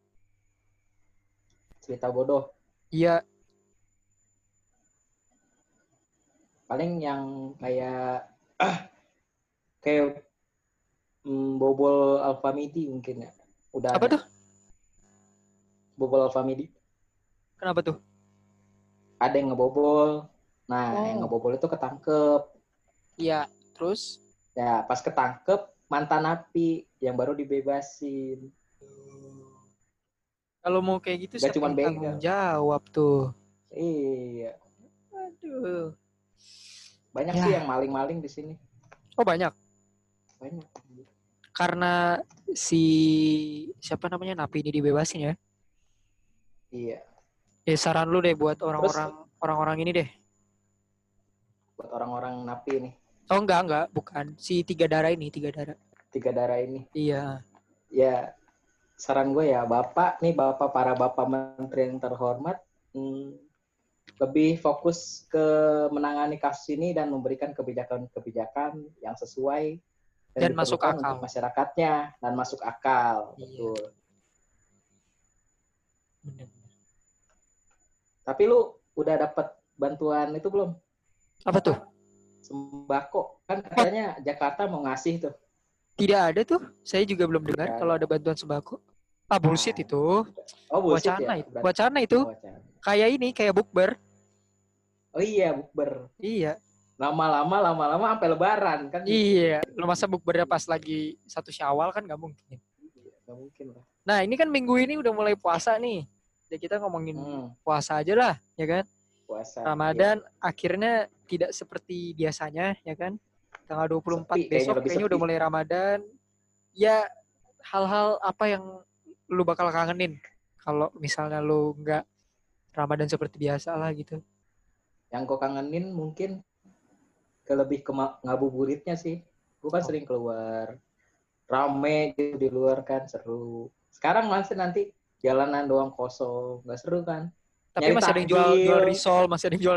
[SPEAKER 2] Cerita bodoh.
[SPEAKER 1] Iya.
[SPEAKER 2] Paling yang kayak bobol Alfamidi mungkin ya. Udah
[SPEAKER 1] apa
[SPEAKER 2] ada.
[SPEAKER 1] Tuh?
[SPEAKER 2] Bobol Alfamidi.
[SPEAKER 1] Kenapa tuh?
[SPEAKER 2] Ada yang ngebobol. Nah, yang ngebobol itu ketangkep.
[SPEAKER 1] Iya, terus?
[SPEAKER 2] Ya, pas ketangkep, mantan napi yang baru dibebasin.
[SPEAKER 1] Kalau mau kayak gitu,
[SPEAKER 2] siapa yang
[SPEAKER 1] tanggung jawab tuh?
[SPEAKER 2] Iya.
[SPEAKER 1] Aduh.
[SPEAKER 2] Banyak sih yang maling-maling di sini.
[SPEAKER 1] Oh, banyak?
[SPEAKER 2] Banyak.
[SPEAKER 1] Karena siapa namanya, napi ini dibebasin ya?
[SPEAKER 2] Iya.
[SPEAKER 1] Saran lu deh buat orang-orang ini deh.
[SPEAKER 2] Buat orang-orang napi ini.
[SPEAKER 1] Oh enggak, bukan. Si 3 darah ini. Iya.
[SPEAKER 2] Ya, saran gue ya, para bapak menteri yang terhormat, lebih fokus ke menangani kasus ini dan memberikan kebijakan-kebijakan yang sesuai
[SPEAKER 1] dan masuk akal
[SPEAKER 2] untuk masyarakatnya dan masuk akal.
[SPEAKER 1] Iya.
[SPEAKER 2] Betul.
[SPEAKER 1] Bener.
[SPEAKER 2] Tapi lu udah dapat bantuan itu belum?
[SPEAKER 1] Apa tuh?
[SPEAKER 2] Sembako. Kan katanya Jakarta mau ngasih tuh.
[SPEAKER 1] Tidak ada tuh. Saya juga belum dengar kalau ada bantuan sembako. Bullshit itu.
[SPEAKER 2] Oh, bullshit
[SPEAKER 1] wacana
[SPEAKER 2] ya?
[SPEAKER 1] Wacana itu. Kayak bukber.
[SPEAKER 2] Oh iya, bukber.
[SPEAKER 1] Iya.
[SPEAKER 2] Lama-lama sampai lebaran kan.
[SPEAKER 1] Iya. Lo masa bukbernya pas lagi 1 Syawal kan nggak mungkin.
[SPEAKER 2] Nggak mungkin lah.
[SPEAKER 1] Nah, ini kan minggu ini udah mulai puasa nih. Jadi kita ngomongin puasa aja lah, ya kan?
[SPEAKER 2] Puasa.
[SPEAKER 1] Ramadan akhirnya tidak seperti biasanya, ya kan? Tanggal 24 besok kayaknya udah mulai Ramadan. Ya, hal-hal apa yang lu bakal kangenin kalau misalnya lu nggak Ramadan seperti biasa lah gitu?
[SPEAKER 2] Yang gue kangenin mungkin lebih ke ngabuburitnya sih. Gue kan sering keluar. Rame gitu di luar kan, seru. Sekarang nanti jalanan doang kosong, nggak seru kan?
[SPEAKER 1] Tapi masih ada yang jual risol,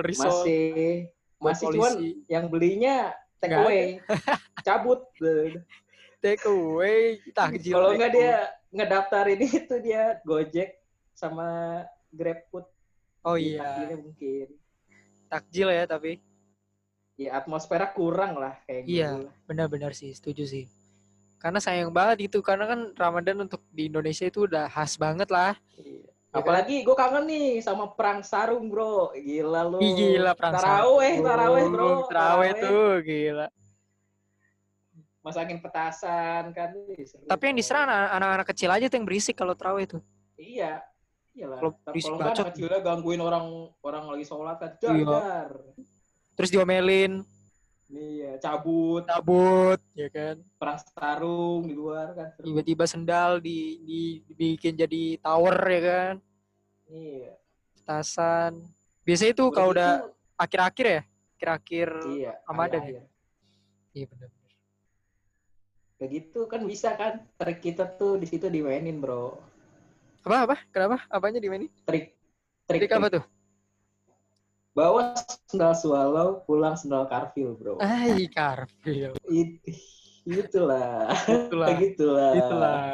[SPEAKER 2] Masih cuman yang belinya take away, cabut.
[SPEAKER 1] Take away, takjil.
[SPEAKER 2] Kalau nggak dia ngedaftarin itu dia Gojek sama GrabFood.
[SPEAKER 1] Oh iya.
[SPEAKER 2] Mungkin.
[SPEAKER 1] Takjil ya tapi.
[SPEAKER 2] Ya atmosfernya kurang lah kayak gitu.
[SPEAKER 1] Iya, benar-benar sih, setuju sih. Karena sayang banget itu, karena kan Ramadan untuk di Indonesia itu udah khas banget lah.
[SPEAKER 2] Iya. Apalagi gue kangen nih sama perang sarung, bro. Gila lu.
[SPEAKER 1] Gila, perang
[SPEAKER 2] sarung. Taraweh, bro.
[SPEAKER 1] Taraweh tuh, gila.
[SPEAKER 2] Masangin petasan kan.
[SPEAKER 1] Tapi yang diserang anak-anak kecil aja tuh yang berisik kalau taraweh tuh.
[SPEAKER 2] Iya. Iyalah.
[SPEAKER 1] Kalau
[SPEAKER 2] anak kecilnya gangguin orang lagi sholat kan. Dar.
[SPEAKER 1] Terus diomelin.
[SPEAKER 2] Iya, cabut,
[SPEAKER 1] ya kan.
[SPEAKER 2] Perang sarung di luar kan.
[SPEAKER 1] Tiba-tiba sendal dibikin jadi tower ya kan.
[SPEAKER 2] Iya.
[SPEAKER 1] Petasan. Biasanya itu kalau udah akhir-akhir ya, Ramadan ya. Iya benar.
[SPEAKER 2] Kayak gitu kan bisa kan, trik kita tuh di situ dimainin, bro.
[SPEAKER 1] Apa? Kenapa? Apanya dimainin?
[SPEAKER 2] Trik
[SPEAKER 1] apa tuh?
[SPEAKER 2] Bawa sendal swallow, pulang sendal karfil, bro.
[SPEAKER 1] Karfil.
[SPEAKER 2] Itulah.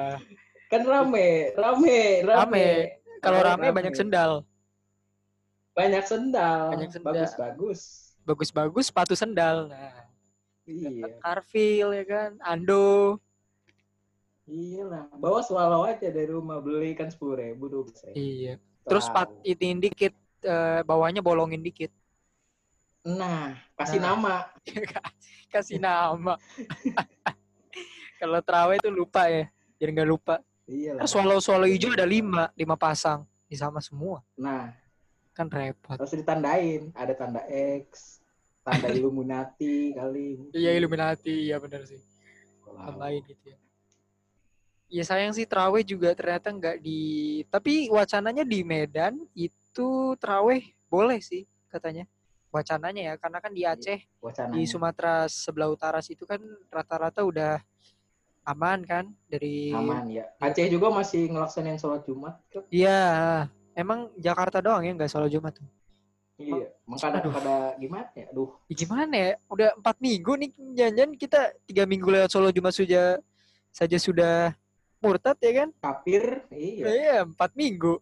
[SPEAKER 2] Kan rame.
[SPEAKER 1] Kalau rame banyak sendal.
[SPEAKER 2] Banyak sendal.
[SPEAKER 1] Banyak sendal.
[SPEAKER 2] Bagus-bagus.
[SPEAKER 1] Bagus-bagus sepatu sendal. Nah,
[SPEAKER 2] Iya.
[SPEAKER 1] Carville ya kan, Ando.
[SPEAKER 2] Iya lah. Bawa swallow aja dari rumah, beli kan 10.000, 12.000.
[SPEAKER 1] Iya. Terus itiin dikit, bawahnya bolongin dikit.
[SPEAKER 2] Nah, kasih nama.
[SPEAKER 1] Kasih nama. Kalau terawih itu lupa ya, biar nggak lupa.
[SPEAKER 2] Iya lah.
[SPEAKER 1] Swallow hijau ada 5 pasang, ini sama semua.
[SPEAKER 2] Nah,
[SPEAKER 1] kan repot.
[SPEAKER 2] Harus ditandain, ada tanda X, tanda Illuminati kali.
[SPEAKER 1] Iya Illuminati, ya benar sih. Tambahin gitu ya. Ya sayang sih terawih juga ternyata nggak tapi wacananya di Medan itu terawih boleh sih katanya. Wacananya ya, karena kan di Aceh, di Sumatera sebelah utara situ kan rata-rata udah aman kan dari.
[SPEAKER 2] Aman ya. Aceh juga masih ngelaksanain sholat Jumat.
[SPEAKER 1] Iya, emang Jakarta doang ya nggak sholat Jumat tuh.
[SPEAKER 2] Iya, makanya pada gimana ya? Aduh.
[SPEAKER 1] Ya gimana ya? Udah 4 minggu nih, jangan kita 3 minggu lewat sholat Jumat saja sudah murtad ya kan?
[SPEAKER 2] Kafir, iya.
[SPEAKER 1] Iya, 4 minggu.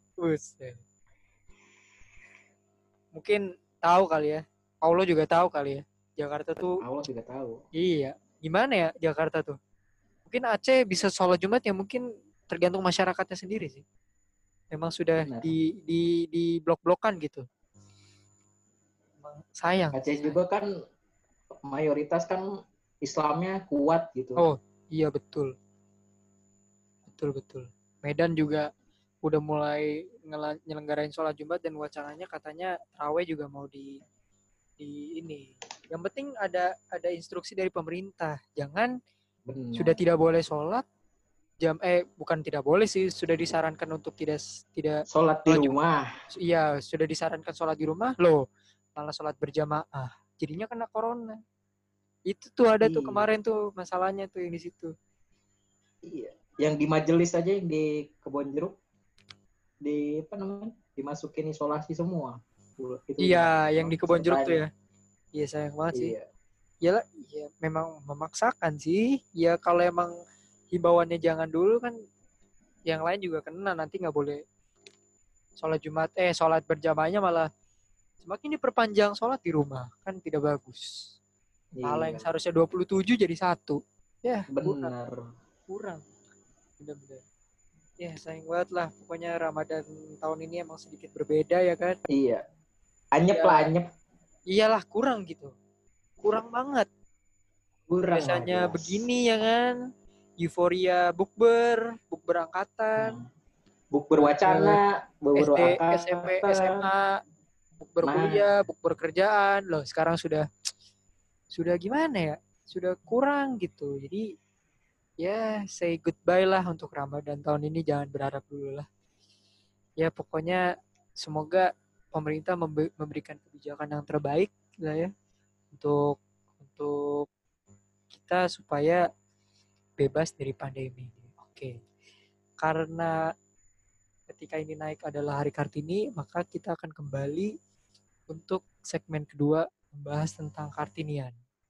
[SPEAKER 1] Mungkin tahu kali ya. Allah juga tahu kali ya. Jakarta tuh.
[SPEAKER 2] Allah juga tahu.
[SPEAKER 1] Iya. Gimana ya Jakarta tuh? Mungkin Aceh bisa sholat Jumat ya, mungkin tergantung masyarakatnya sendiri sih. Memang sudah di blok-blokan gitu. Sayang.
[SPEAKER 2] Aceh juga kan mayoritas kan Islamnya kuat gitu.
[SPEAKER 1] Oh, iya betul. Betul. Medan juga udah mulai nyelenggarain sholat Jumat dan wacananya katanya tarawih juga mau di ini. Yang penting ada instruksi dari pemerintah. Jangan sudah tidak boleh sholat bukan tidak boleh sih, sudah disarankan untuk tidak
[SPEAKER 2] sholat di rumah.
[SPEAKER 1] Iya, sudah disarankan sholat di rumah. Loh, malah sholat berjamaah. Jadinya kena corona. Itu tuh ada tuh kemarin tuh masalahnya tuh yang di situ.
[SPEAKER 2] Iya. Yang di majelis aja, yang di Kebon Jeruk, dimasukin isolasi semua.
[SPEAKER 1] Iya, yang di Kebon Jeruk tuh ya. Iya, sayang banget sih. Iya, memang memaksakan sih. Ya kalau emang himbauannya jangan dulu kan, yang lain juga kena, nanti nggak boleh sholat Jumat. Sholat berjamaahnya malah semakin diperpanjang sholat di rumah, kan tidak bagus. Malah yang seharusnya 27 jadi 1. Ya,
[SPEAKER 2] benar.
[SPEAKER 1] Kurang. Benar-benar. Ya, sayang banget lah. Pokoknya Ramadan tahun ini emang sedikit berbeda ya kan?
[SPEAKER 2] Iya. Anyep.
[SPEAKER 1] Iyalah, kurang gitu. Kurang banget. Biasanya begini ya kan? Euforia bukber angkatan.
[SPEAKER 2] Bukber wacana,
[SPEAKER 1] SD, SMP, SMA, bukber kuliah, bukber kerjaan. Loh, sekarang sudah gimana ya? Sudah kurang gitu. Jadi ya say goodbye lah untuk Ramadan tahun ini, jangan berharap dulu lah. Ya pokoknya semoga pemerintah memberikan kebijakan yang terbaik lah ya untuk kita supaya bebas dari pandemi. Oke. Karena ketika ini naik adalah Hari Kartini, maka kita akan kembali untuk segmen kedua membahas tentang Kartinian.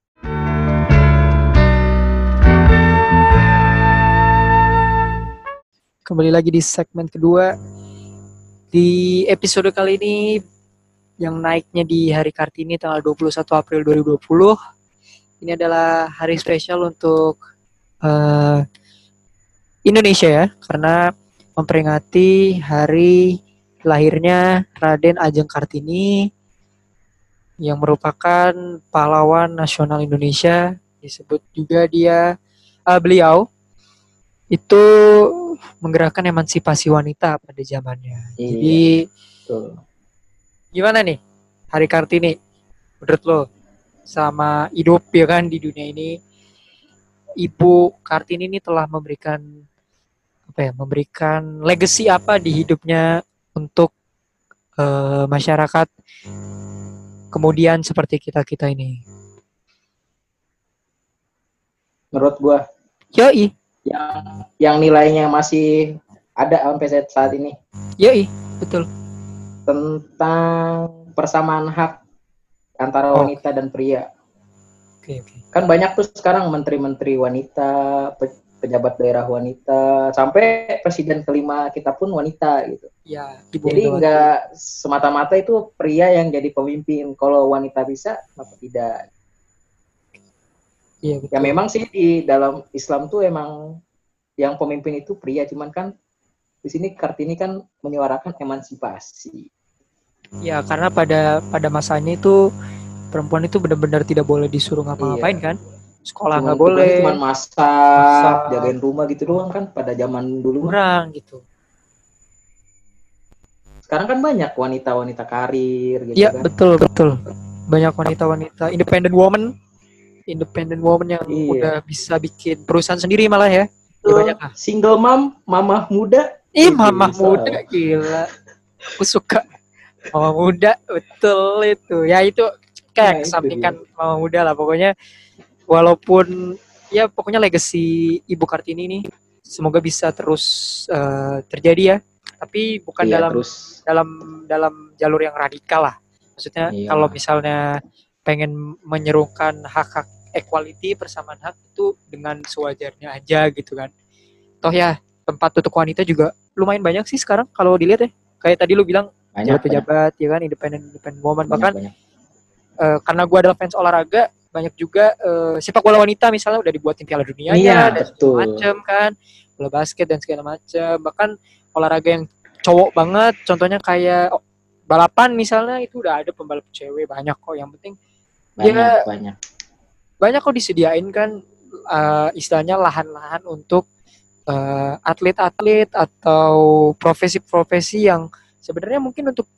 [SPEAKER 1] Kembali lagi di segmen kedua. Di episode kali ini yang naiknya di Hari Kartini tanggal 21 April 2020. Ini adalah hari spesial untuk Indonesia ya, karena memperingati hari lahirnya Raden Ajeng Kartini yang merupakan pahlawan nasional Indonesia. Disebut juga beliau itu menggerakkan emansipasi wanita pada zamannya. Iya, jadi betul. Gimana nih Hari Kartini menurut lo sama hidup ya kan di dunia ini? Ibu Kartini ini telah memberikan legacy apa di hidupnya untuk masyarakat kemudian seperti kita ini?
[SPEAKER 2] Menurut gua,
[SPEAKER 1] yoi,
[SPEAKER 2] yang nilainya masih ada sampai saat ini.
[SPEAKER 1] Yoi, betul.
[SPEAKER 2] Tentang persamaan hak antara wanita dan pria.
[SPEAKER 1] Oke.
[SPEAKER 2] Kan banyak tuh sekarang menteri-menteri wanita, pejabat daerah wanita, sampai presiden kelima kita pun wanita gitu.
[SPEAKER 1] Ya, Ibu
[SPEAKER 2] Jadi
[SPEAKER 1] Megawati.
[SPEAKER 2] nggak semata-mata itu pria yang jadi pemimpin. Kalau wanita bisa, kenapa tidak?
[SPEAKER 1] Iya,
[SPEAKER 2] Ya
[SPEAKER 1] betul.
[SPEAKER 2] memang sih di dalam Islam tuh emang yang pemimpin itu pria, cuman kan di sini Kartini kan menyuarakan emansipasi.
[SPEAKER 1] Ya, karena pada masanya itu perempuan itu benar-benar tidak boleh disuruh ngapa-ngapain
[SPEAKER 2] Iya.
[SPEAKER 1] kan. Sekolah
[SPEAKER 2] Cuman
[SPEAKER 1] nggak
[SPEAKER 2] tugasnya
[SPEAKER 1] boleh,
[SPEAKER 2] cuman masak,
[SPEAKER 1] masak,
[SPEAKER 2] jagain rumah gitu doang kan pada zaman dulu mah.
[SPEAKER 1] kurang gitu.
[SPEAKER 2] Sekarang kan banyak wanita-wanita karir gitu
[SPEAKER 1] Iya,
[SPEAKER 2] kan.
[SPEAKER 1] betul, betul. Banyak wanita-wanita independent woman yang
[SPEAKER 2] Iya.
[SPEAKER 1] udah bisa bikin perusahaan sendiri malah ya. Ya banyak lah.
[SPEAKER 2] Single mom, mamah muda.
[SPEAKER 1] Mamah muda gila. Aku suka mama muda, betul itu. Ya itu kayak kesampingkan mama muda lah pokoknya. Walaupun ya pokoknya legacy Ibu Kartini ini semoga bisa terus terjadi ya. Tapi bukan
[SPEAKER 2] Iya,
[SPEAKER 1] dalam jalur yang radikal lah. Maksudnya kalau misalnya pengen menyerukan hak-hak equality persamaan hak itu dengan sewajarnya aja gitu kan. Toh ya tempat untuk wanita juga lumayan banyak sih sekarang kalau dilihat ya. Kayak tadi lu bilang pejabat-pejabat ya kan, independent woman. Bahkan karena gue adalah fans olahraga, banyak juga sepak bola wanita misalnya udah dibuatin Piala Dunianya dan segala macam kan, bola basket dan segala macam. Bahkan olahraga yang cowok banget, contohnya kayak balapan misalnya itu udah ada pembalap cewek banyak kok. Yang penting banyak kok disediain kan istilahnya lahan-lahan untuk atlet-atlet atau profesi-profesi yang sebenarnya mungkin untuk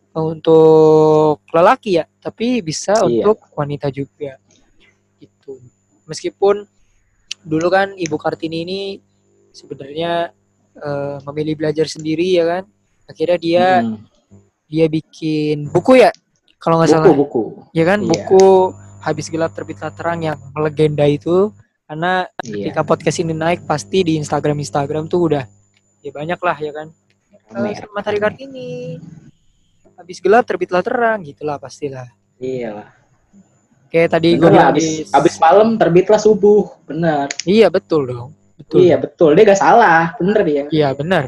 [SPEAKER 1] lelaki ya, tapi bisa untuk wanita juga. Gitu. Meskipun dulu kan Ibu Kartini ini sebenarnya memilih belajar sendiri ya kan. Akhirnya dia bikin buku ya, kalau nggak salah.
[SPEAKER 2] Buku.
[SPEAKER 1] Ya kan, buku Habis Gelap Terbitlah Terang yang melegenda itu. Karena ketika podcast ini naik pasti di Instagram tuh udah ya banyak lah ya kan. Selamat Hari Kartini. Habis gelap terbitlah terang, gitulah pastilah.
[SPEAKER 2] Iyalah.
[SPEAKER 1] Kayak tadi gue bilang
[SPEAKER 2] habis malam terbitlah subuh, benar.
[SPEAKER 1] Iya betul dong. Betul.
[SPEAKER 2] Iya betul, dia gak salah, bener dia.
[SPEAKER 1] Iya benar.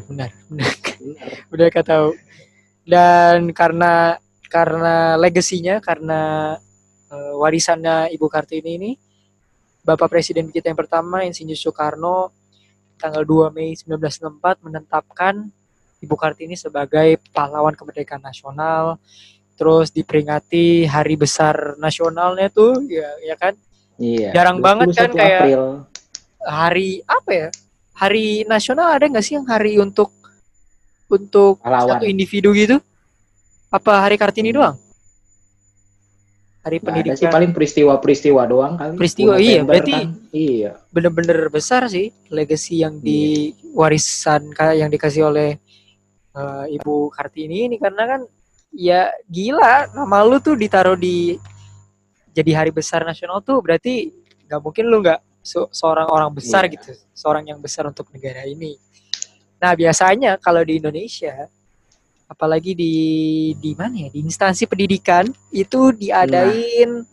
[SPEAKER 1] Udah kata. Dan karena legasinya, karena warisannya Ibu Kartini ini, Bapak Presiden kita yang pertama, Insinyur Soekarno, tanggal 2 Mei 1964 menetapkan Ibu Kartini sebagai pahlawan kemerdekaan nasional, terus diperingati hari besar nasionalnya tuh, ya kan?
[SPEAKER 2] Iya.
[SPEAKER 1] Jarang banget kan kayak
[SPEAKER 2] April.
[SPEAKER 1] Hari apa ya? Hari nasional ada nggak sih yang hari untuk
[SPEAKER 2] pahlawan.
[SPEAKER 1] Satu individu gitu? Apa hari Kartini doang? Hari pendidikan.
[SPEAKER 2] Ada sih paling peristiwa doang kali.
[SPEAKER 1] Peristiwa iya, berarti
[SPEAKER 2] kan? Iya.
[SPEAKER 1] Bener-bener besar sih legacy yang diwarisan yang dikasih oleh Ibu Kartini ini, karena kan ya gila, nama lu tuh ditaruh di jadi hari besar nasional tuh berarti nggak mungkin lu nggak seorang orang besar gitu, seorang yang besar untuk negara ini. Nah biasanya kalau di Indonesia, apalagi di mana ya, di instansi pendidikan itu diadain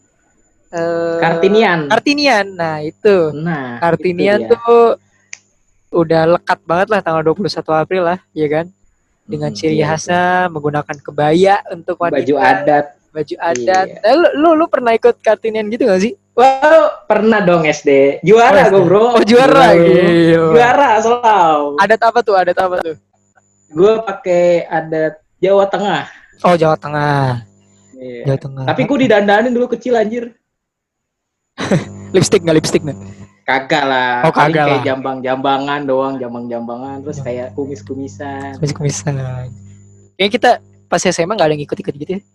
[SPEAKER 1] Kartinian. Nah itu Kartinian itu tuh udah lekat banget lah tanggal 21 April lah, ya kan? Dengan ciri khasnya menggunakan kebaya untuk wanita. Baju adat. Iya. Lu pernah ikut Kartinian gitu gak sih?
[SPEAKER 2] Wow, pernah dong SD. Juara gue bro.
[SPEAKER 1] Oh juara.
[SPEAKER 2] Juara selalu.
[SPEAKER 1] Adat apa tuh?
[SPEAKER 2] Gue pakai adat Jawa Tengah.
[SPEAKER 1] Oh Jawa Tengah.
[SPEAKER 2] Iya.
[SPEAKER 1] Jawa Tengah.
[SPEAKER 2] Tapi gue didandanin dulu kecil anjir.
[SPEAKER 1] Lipstick nggak lipstick?
[SPEAKER 2] Kagak lah.
[SPEAKER 1] Oh kagak lah.
[SPEAKER 2] Kayak jambang-jambangan doang, jambang-jambangan. Terus kayak kumis-kumisan.
[SPEAKER 1] Kayaknya kita pas SMA nggak ada yang ikut-ikut gitu ya?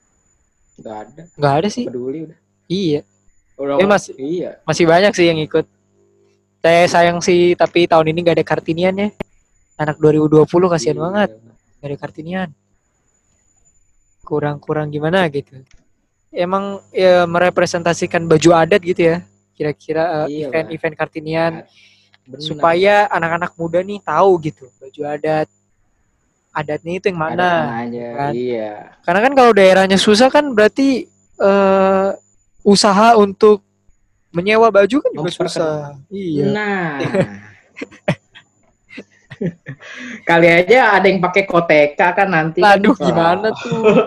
[SPEAKER 2] Nggak ada sih.
[SPEAKER 1] Peduli udah. Iya.
[SPEAKER 2] Udah
[SPEAKER 1] masih banyak sih yang ikut. Saya sayang sih, tapi tahun ini nggak ada Kartinian ya. Anak 2020 kasihan banget. Nggak ada Kartinian. Kurang gimana gitu. Emang ya merepresentasikan baju adat gitu ya. Kira-kira event Kartinian. Bener. Supaya anak-anak muda nih tahu gitu baju adatnya itu yang mana kan?
[SPEAKER 2] Iya.
[SPEAKER 1] Karena kan kalau daerahnya susah kan berarti usaha untuk Menyewa baju kan juga
[SPEAKER 2] Memperkenalkan.
[SPEAKER 1] susah. Iya.
[SPEAKER 2] Nah, kali aja ada yang pakai koteka kan nanti
[SPEAKER 1] Aduh,
[SPEAKER 2] kan.
[SPEAKER 1] gimana tuh?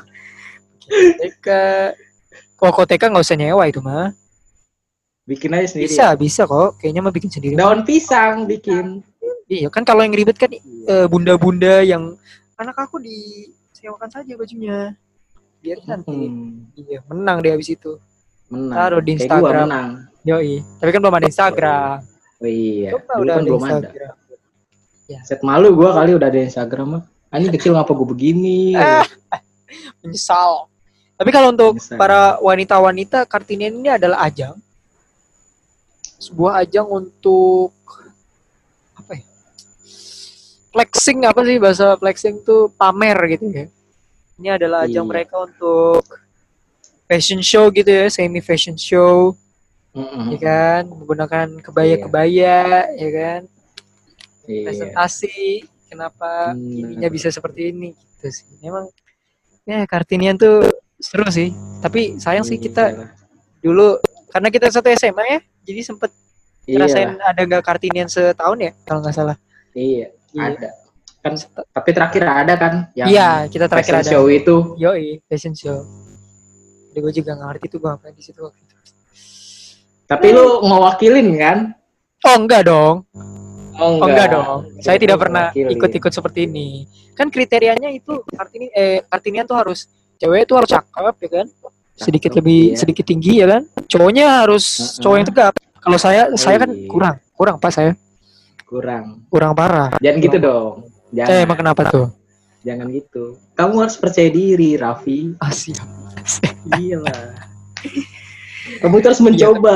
[SPEAKER 1] Koteka. Kok koteka nggak usah nyewa itu mah.
[SPEAKER 2] Bikin aja sendiri
[SPEAKER 1] Bisa,
[SPEAKER 2] ya.
[SPEAKER 1] bisa kok. Kayaknya mah bikin sendiri mah.
[SPEAKER 2] Daun pisang bikin.
[SPEAKER 1] Iya, kan kalau yang ribet kan bunda-bunda yang anak aku disewakan saja bajunya. Biar nanti. Iya, menang deh habis itu.
[SPEAKER 2] Menang.
[SPEAKER 1] Taruh di
[SPEAKER 2] Kayak gua
[SPEAKER 1] Instagram.
[SPEAKER 2] menang.
[SPEAKER 1] Yoi. Tapi kan belum ada Instagram.
[SPEAKER 2] Oh iya.
[SPEAKER 1] Coba
[SPEAKER 2] Dulu
[SPEAKER 1] udah
[SPEAKER 2] kan
[SPEAKER 1] ada
[SPEAKER 2] belum ada.
[SPEAKER 1] Instagram. Ya.
[SPEAKER 2] Set malu gua kali udah ada Instagram mah. Ini kecil ngapa gua begini?
[SPEAKER 1] Menyesal. Tapi kalau untuk
[SPEAKER 2] Menyesal.
[SPEAKER 1] para wanita-wanita, Kartinian ini adalah ajang. Sebuah ajang untuk apa ya? Flexing, apa sih bahasa flexing tuh, pamer gitu ya. Ini adalah ajang
[SPEAKER 2] Iya.
[SPEAKER 1] mereka untuk fashion show gitu ya, semi fashion show, ya kan, menggunakan kebaya-kebaya, ya kan,
[SPEAKER 2] Iya.
[SPEAKER 1] presentasi, kenapa
[SPEAKER 2] Bener.
[SPEAKER 1] ininya bisa seperti ini gitu sih. Memang ya Kartinian tuh seru sih, tapi sayang sih kita
[SPEAKER 2] Iyalah.
[SPEAKER 1] dulu karena kita satu SMA ya, jadi sempet ngerasain
[SPEAKER 2] Iyalah.
[SPEAKER 1] ada nggak Kartinian setahun ya kalau nggak salah.
[SPEAKER 2] Iya.
[SPEAKER 1] Iya.
[SPEAKER 2] Ada. Kan tapi terakhir ada kan yang
[SPEAKER 1] Iya, kita terakhir
[SPEAKER 2] fashion
[SPEAKER 1] ada.
[SPEAKER 2] show itu.
[SPEAKER 1] Yoi, fashion show. Jadi gue juga nggak ngerti tuh gue ngapain di situ waktu itu.
[SPEAKER 2] Tapi lu ngewakilin kan?
[SPEAKER 1] Oh enggak dong.
[SPEAKER 2] Oh
[SPEAKER 1] Oh enggak dong. Saya
[SPEAKER 2] Lu
[SPEAKER 1] tidak pernah
[SPEAKER 2] ngewakilin.
[SPEAKER 1] ikut-ikut seperti ini. Kan kriterianya itu Kartinian tuh harus cewek tuh harus cakep ya kan? Sedikit
[SPEAKER 2] Cakep,
[SPEAKER 1] lebih
[SPEAKER 2] iya.
[SPEAKER 1] sedikit tinggi ya kan? Cowoknya harus cowok yang tegap. Kalau saya kan
[SPEAKER 2] iya.
[SPEAKER 1] kurang Pak saya. Kurang parah.
[SPEAKER 2] Jangan gitu dong. Jangan.
[SPEAKER 1] Emang kenapa tuh?
[SPEAKER 2] Jangan gitu. Kamu harus percaya diri, Raffi.
[SPEAKER 1] Siap.
[SPEAKER 2] Iyalah. Kamu itu harus mencoba.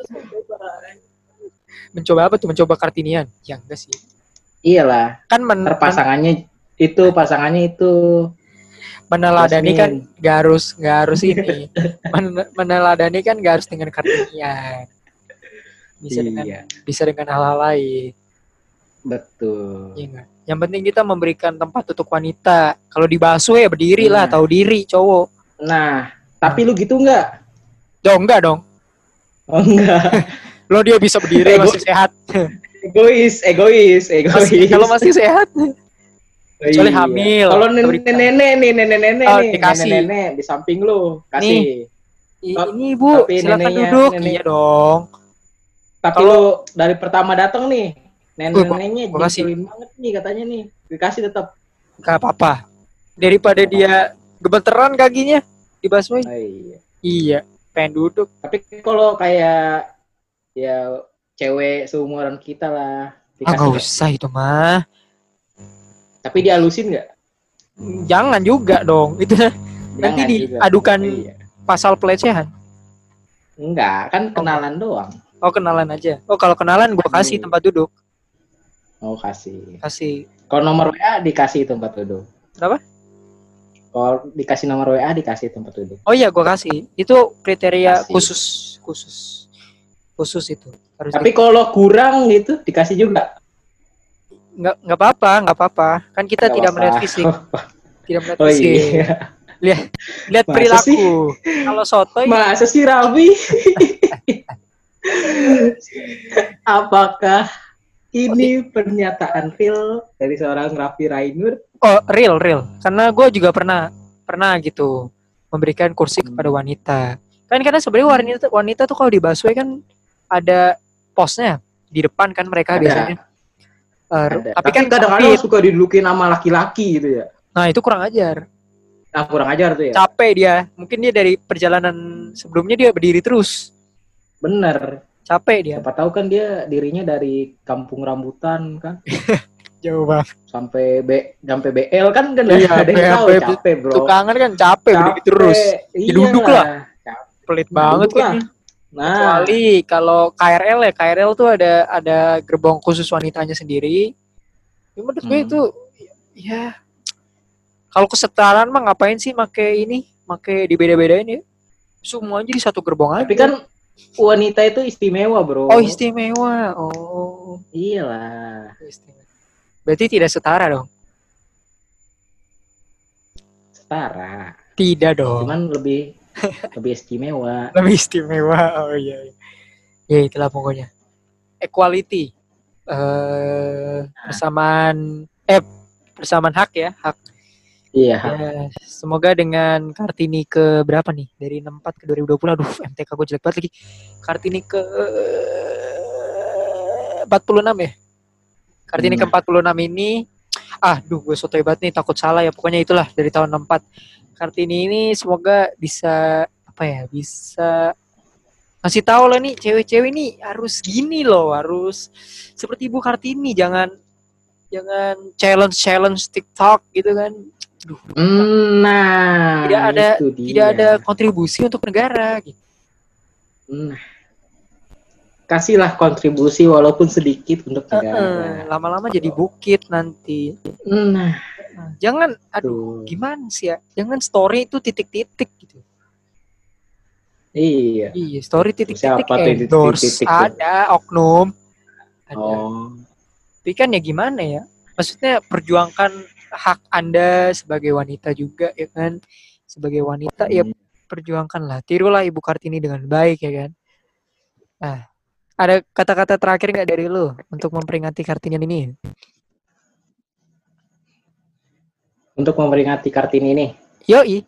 [SPEAKER 1] Mencoba apa tuh? Mencoba Kartinian? Ya enggak sih.
[SPEAKER 2] Iyalah.
[SPEAKER 1] Kan
[SPEAKER 2] Pasangannya itu
[SPEAKER 1] meneladani kan
[SPEAKER 2] Jasmine.
[SPEAKER 1] nggak harus ini. Meneladani kan nggak harus dengan Kartinian. Bisa dengan hal-hal lain.
[SPEAKER 2] Betul.
[SPEAKER 1] Iya enggak? Yang penting kita memberikan tempat untuk wanita. Kalau di busway ya berdiri lah, tahu diri cowok.
[SPEAKER 2] Nah, tapi lu gitu enggak?
[SPEAKER 1] Enggak dong.
[SPEAKER 2] Oh enggak.
[SPEAKER 1] Lo dia bisa berdiri masih sehat.
[SPEAKER 2] Egois.
[SPEAKER 1] Kalau masih sehat. Kecuali
[SPEAKER 2] Iya.
[SPEAKER 1] hamil.
[SPEAKER 2] Kalau nenek
[SPEAKER 1] dikasih.
[SPEAKER 2] nenek di samping lu, kasih.
[SPEAKER 1] Ini Bu, silakan duduk. Iya dong.
[SPEAKER 2] Tapi lu dari pertama datang nih, neneknya
[SPEAKER 1] dikasih
[SPEAKER 2] banget nih katanya nih. Dikasih tetap.
[SPEAKER 1] Gak apa-apa. Daripada dia gemeteran kakinya di busway. Iya, pengen duduk.
[SPEAKER 2] Tapi kalau kayak ya cewek seumuran kita lah.
[SPEAKER 1] Nggak usah itu mah.
[SPEAKER 2] Tapi dihalusin nggak?
[SPEAKER 1] Jangan juga dong. Itu nanti diadukan pasal pelecehan.
[SPEAKER 2] Enggak, kan kenalan doang.
[SPEAKER 1] Oh, kenalan aja. Oh, kalau kenalan gue kasih tempat duduk.
[SPEAKER 2] Oh, kasih.
[SPEAKER 1] Kalau
[SPEAKER 2] nomor WA dikasih tempat duduk.
[SPEAKER 1] Kenapa?
[SPEAKER 2] Kalau dikasih nomor WA dikasih tempat duduk.
[SPEAKER 1] Oh iya, gue kasih. Itu kriteria khusus itu.
[SPEAKER 2] Tapi kalau kurang gitu dikasih juga.
[SPEAKER 1] Nggak apa-apa. Kan kita tidak melihat fisik. Tidak melihat fisik. Iya. Lihat perilaku. Kalau sotoy.
[SPEAKER 2] Masa sih Raffi? Apakah ini pernyataan real dari seorang Raffi Rainur?
[SPEAKER 1] Oh, real. Karena gue juga pernah gitu memberikan kursi kepada wanita. Kan karena sebenarnya wanita tuh kalau di busway kan ada posnya di depan kan mereka biasanya.
[SPEAKER 2] Tapi kan kadang-kadang suka didudukin sama laki-laki gitu ya.
[SPEAKER 1] Nah, itu kurang ajar.
[SPEAKER 2] Kurang ajar tuh ya.
[SPEAKER 1] Capek dia. Mungkin dia dari perjalanan sebelumnya dia berdiri terus.
[SPEAKER 2] Bener.
[SPEAKER 1] Capek dia.
[SPEAKER 2] Siapa tahu kan dia dirinya dari kampung rambutan kan.
[SPEAKER 1] Jauh banget.
[SPEAKER 2] Sampai BL kan ada
[SPEAKER 1] yang tahu
[SPEAKER 2] capek bro.
[SPEAKER 1] Tukangan kan capek berdiri terus. Duduk lah. Pelit banget kan. Nah, kecuali kalau KRL tuh ada gerbong khusus wanitanya sendiri. Ya menurut gue itu ya kalau kesetaraan mah ngapain sih make dibeda-bedain ya. Semua aja di satu gerbong aja.
[SPEAKER 2] Tapi kan wanita itu istimewa, bro.
[SPEAKER 1] Oh, istimewa. Oh.
[SPEAKER 2] Iyalah.
[SPEAKER 1] Berarti tidak setara dong.
[SPEAKER 2] Setara.
[SPEAKER 1] Tidak dong.
[SPEAKER 2] Cuman lebih istimewa.
[SPEAKER 1] Lebih istimewa. Oh iya. Ya itulah pokoknya. Equality. Persamaan hak ya, hak.
[SPEAKER 2] Iya.
[SPEAKER 1] Ya, semoga dengan Kartini ke berapa nih? Dari 64 ke 2020. Aduh, MTK gue jelek banget lagi. Kartini ke 46 ya. Kartini ke 46 ini, gue sotoy banget nih, takut salah ya. Pokoknya itulah dari tahun 64. Kartini ini semoga bisa bisa ngasih tahu lah nih, cewek-cewek nih harus gini loh, harus seperti Ibu Kartini, jangan challenge TikTok gitu kan.
[SPEAKER 2] Nah,
[SPEAKER 1] tidak ada kontribusi untuk negara gitu.
[SPEAKER 2] Kasihlah kontribusi walaupun sedikit untuk negara.
[SPEAKER 1] Lama-lama jadi bukit nanti.
[SPEAKER 2] Nah,
[SPEAKER 1] jangan gimana sih ya? Jangan story itu titik-titik gitu.
[SPEAKER 2] Iya,
[SPEAKER 1] story titik-titik endorse ada oknum. Ada. Tapi kan ya gimana ya? Maksudnya perjuangkan hak Anda sebagai wanita juga ya kan. Sebagai wanita ya perjuangkanlah. Tirulah Ibu Kartini dengan baik ya kan. Nah, ada kata-kata terakhir nggak dari lu untuk memperingati Kartini ini?
[SPEAKER 2] Untuk memperingati Kartini ini?
[SPEAKER 1] Yoi.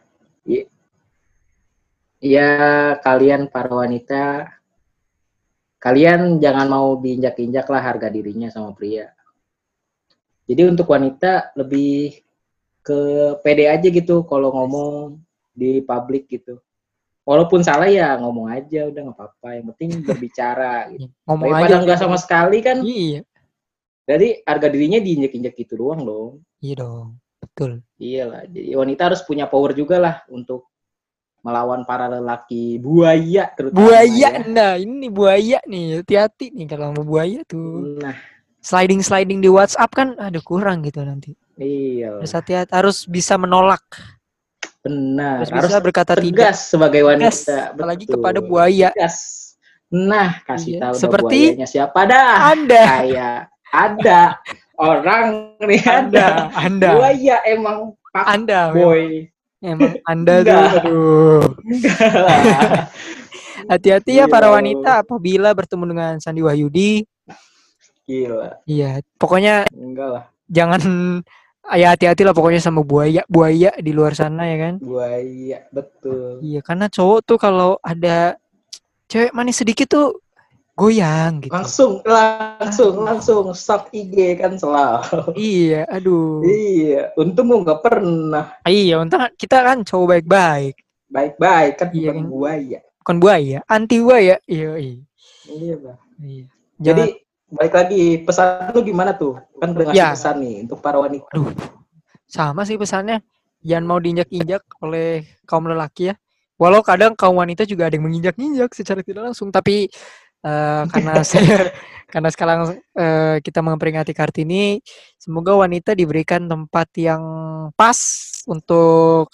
[SPEAKER 2] Ya, kalian para wanita, kalian jangan mau diinjak-injak lah harga dirinya sama pria. Jadi untuk wanita lebih ke pede aja gitu kalau ngomong di publik gitu. Walaupun salah ya ngomong aja, udah nggak apa-apa. Yang penting berbicara. Gitu.
[SPEAKER 1] Ngomong
[SPEAKER 2] daripada
[SPEAKER 1] aja.
[SPEAKER 2] nggak sama sekali kan.
[SPEAKER 1] Iya.
[SPEAKER 2] Jadi harga dirinya diinjak-injak gitu doang dong.
[SPEAKER 1] Iya dong, betul.
[SPEAKER 2] Iyalah. Jadi wanita harus punya power juga lah untuk melawan para lelaki buaya terutama.
[SPEAKER 1] Buaya, ya. Nah ini buaya nih, hati-hati nih kalau mau buaya tuh. Nah, sliding di WhatsApp kan ada kurang gitu nanti.
[SPEAKER 2] Iya.
[SPEAKER 1] Harus hati-hati, harus bisa menolak.
[SPEAKER 2] Benar.
[SPEAKER 1] Harus bisa berkata
[SPEAKER 2] tegas
[SPEAKER 1] tidak
[SPEAKER 2] sebagai wanita.
[SPEAKER 1] Tegas, apalagi kepada buaya.
[SPEAKER 2] Tegas. Nah, kasih tahu
[SPEAKER 1] seperti
[SPEAKER 2] buayanya siapa dah?
[SPEAKER 1] Anda.
[SPEAKER 2] Kayak ada orang nih
[SPEAKER 1] Anda.
[SPEAKER 2] Buaya emang Pak
[SPEAKER 1] Anda,
[SPEAKER 2] boy.
[SPEAKER 1] Emang Anda tuh, aduh. Hati-hati ya para wanita apabila bertemu dengan Sandi Wahyudi.
[SPEAKER 2] Gila.
[SPEAKER 1] Iya, pokoknya
[SPEAKER 2] enggak lah.
[SPEAKER 1] Jangan ya hati-hati lah pokoknya sama buaya di luar sana ya kan.
[SPEAKER 2] Buaya, betul.
[SPEAKER 1] Iya, karena cowok tuh kalau ada cewek manis sedikit tuh goyang gitu.
[SPEAKER 2] Langsung stok IG kan selalu.
[SPEAKER 1] Iya, aduh.
[SPEAKER 2] Iya, untung gue nggak pernah.
[SPEAKER 1] Iya, untung kita kan cowok baik-baik.
[SPEAKER 2] Baik-baik kan,
[SPEAKER 1] iya,
[SPEAKER 2] bukan buaya.
[SPEAKER 1] Bukan buaya, anti buaya. Iya.
[SPEAKER 2] Iya, Bang.
[SPEAKER 1] Iya.
[SPEAKER 2] Jadi balik lagi, pesan lu gimana tuh? Kan udah ngasih pesan nih untuk para wanita.
[SPEAKER 1] Aduh, sama sih pesannya. Jangan mau diinjak-injak oleh kaum lelaki ya. Walau kadang kaum wanita juga ada yang menginjak-injak secara tidak langsung. Tapi karena sekarang kita memperingati Kartini, semoga wanita diberikan tempat yang pas untuk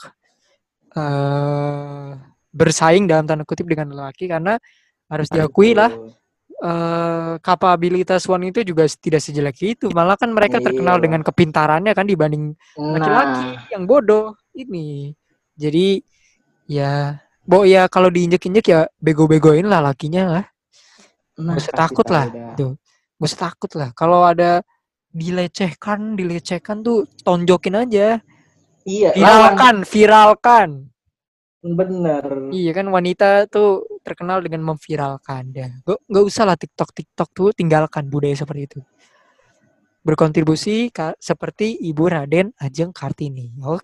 [SPEAKER 1] bersaing dalam tanda kutip dengan lelaki, karena harus diakui lah kapabilitas wanita juga tidak sejelek itu. Malah kan mereka terkenal dengan kepintarannya kan dibanding laki-laki yang bodoh ini. Jadi ya kalau diinjek-injek ya bego-begoin lah lakinya lah. Gak usah takut lah tuh. Gak usah takut lah. Kalau ada dilecehkan tuh tonjokin aja.
[SPEAKER 2] Iya.
[SPEAKER 1] Viralkan.
[SPEAKER 2] Bener.
[SPEAKER 1] Iya kan wanita tuh terkenal dengan memviralkan. Gak usah lah TikTok tuh, tinggalkan budaya seperti itu. Berkontribusi seperti Ibu Raden Ajeng Kartini.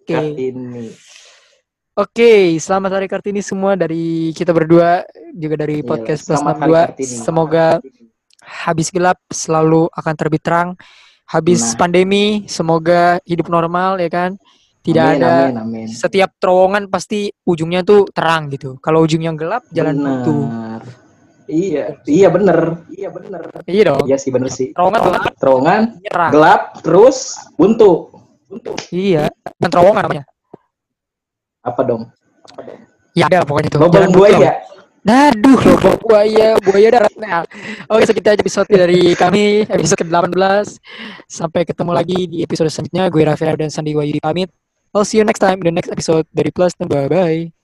[SPEAKER 1] Oke, selamat Hari Kartini semua dari kita berdua, juga dari podcast Plus 62. Semoga habis gelap selalu akan terbit terang. Habis pandemi, semoga hidup normal ya kan. Tidak ada
[SPEAKER 2] amin.
[SPEAKER 1] Setiap terowongan pasti ujungnya tuh terang gitu. Kalau ujungnya gelap, jalan buntu.
[SPEAKER 2] Iya bener.
[SPEAKER 1] Iya dong.
[SPEAKER 2] Iya sih bener sih.
[SPEAKER 1] Terowongan
[SPEAKER 2] gelap terus buntu.
[SPEAKER 1] Iya, dan terowongan namanya.
[SPEAKER 2] Apa dong?
[SPEAKER 1] Ya ada pokoknya itu.
[SPEAKER 2] Lubang buaya.
[SPEAKER 1] Aduh, lubang buaya darat. Nah, oke, segitu aja episode dari kami, episode ke-18. Sampai ketemu lagi di episode selanjutnya. Gue Raffi dan Sandi Wahyudi pamit. I'll see you next time in the next episode dari Plus. Bye bye.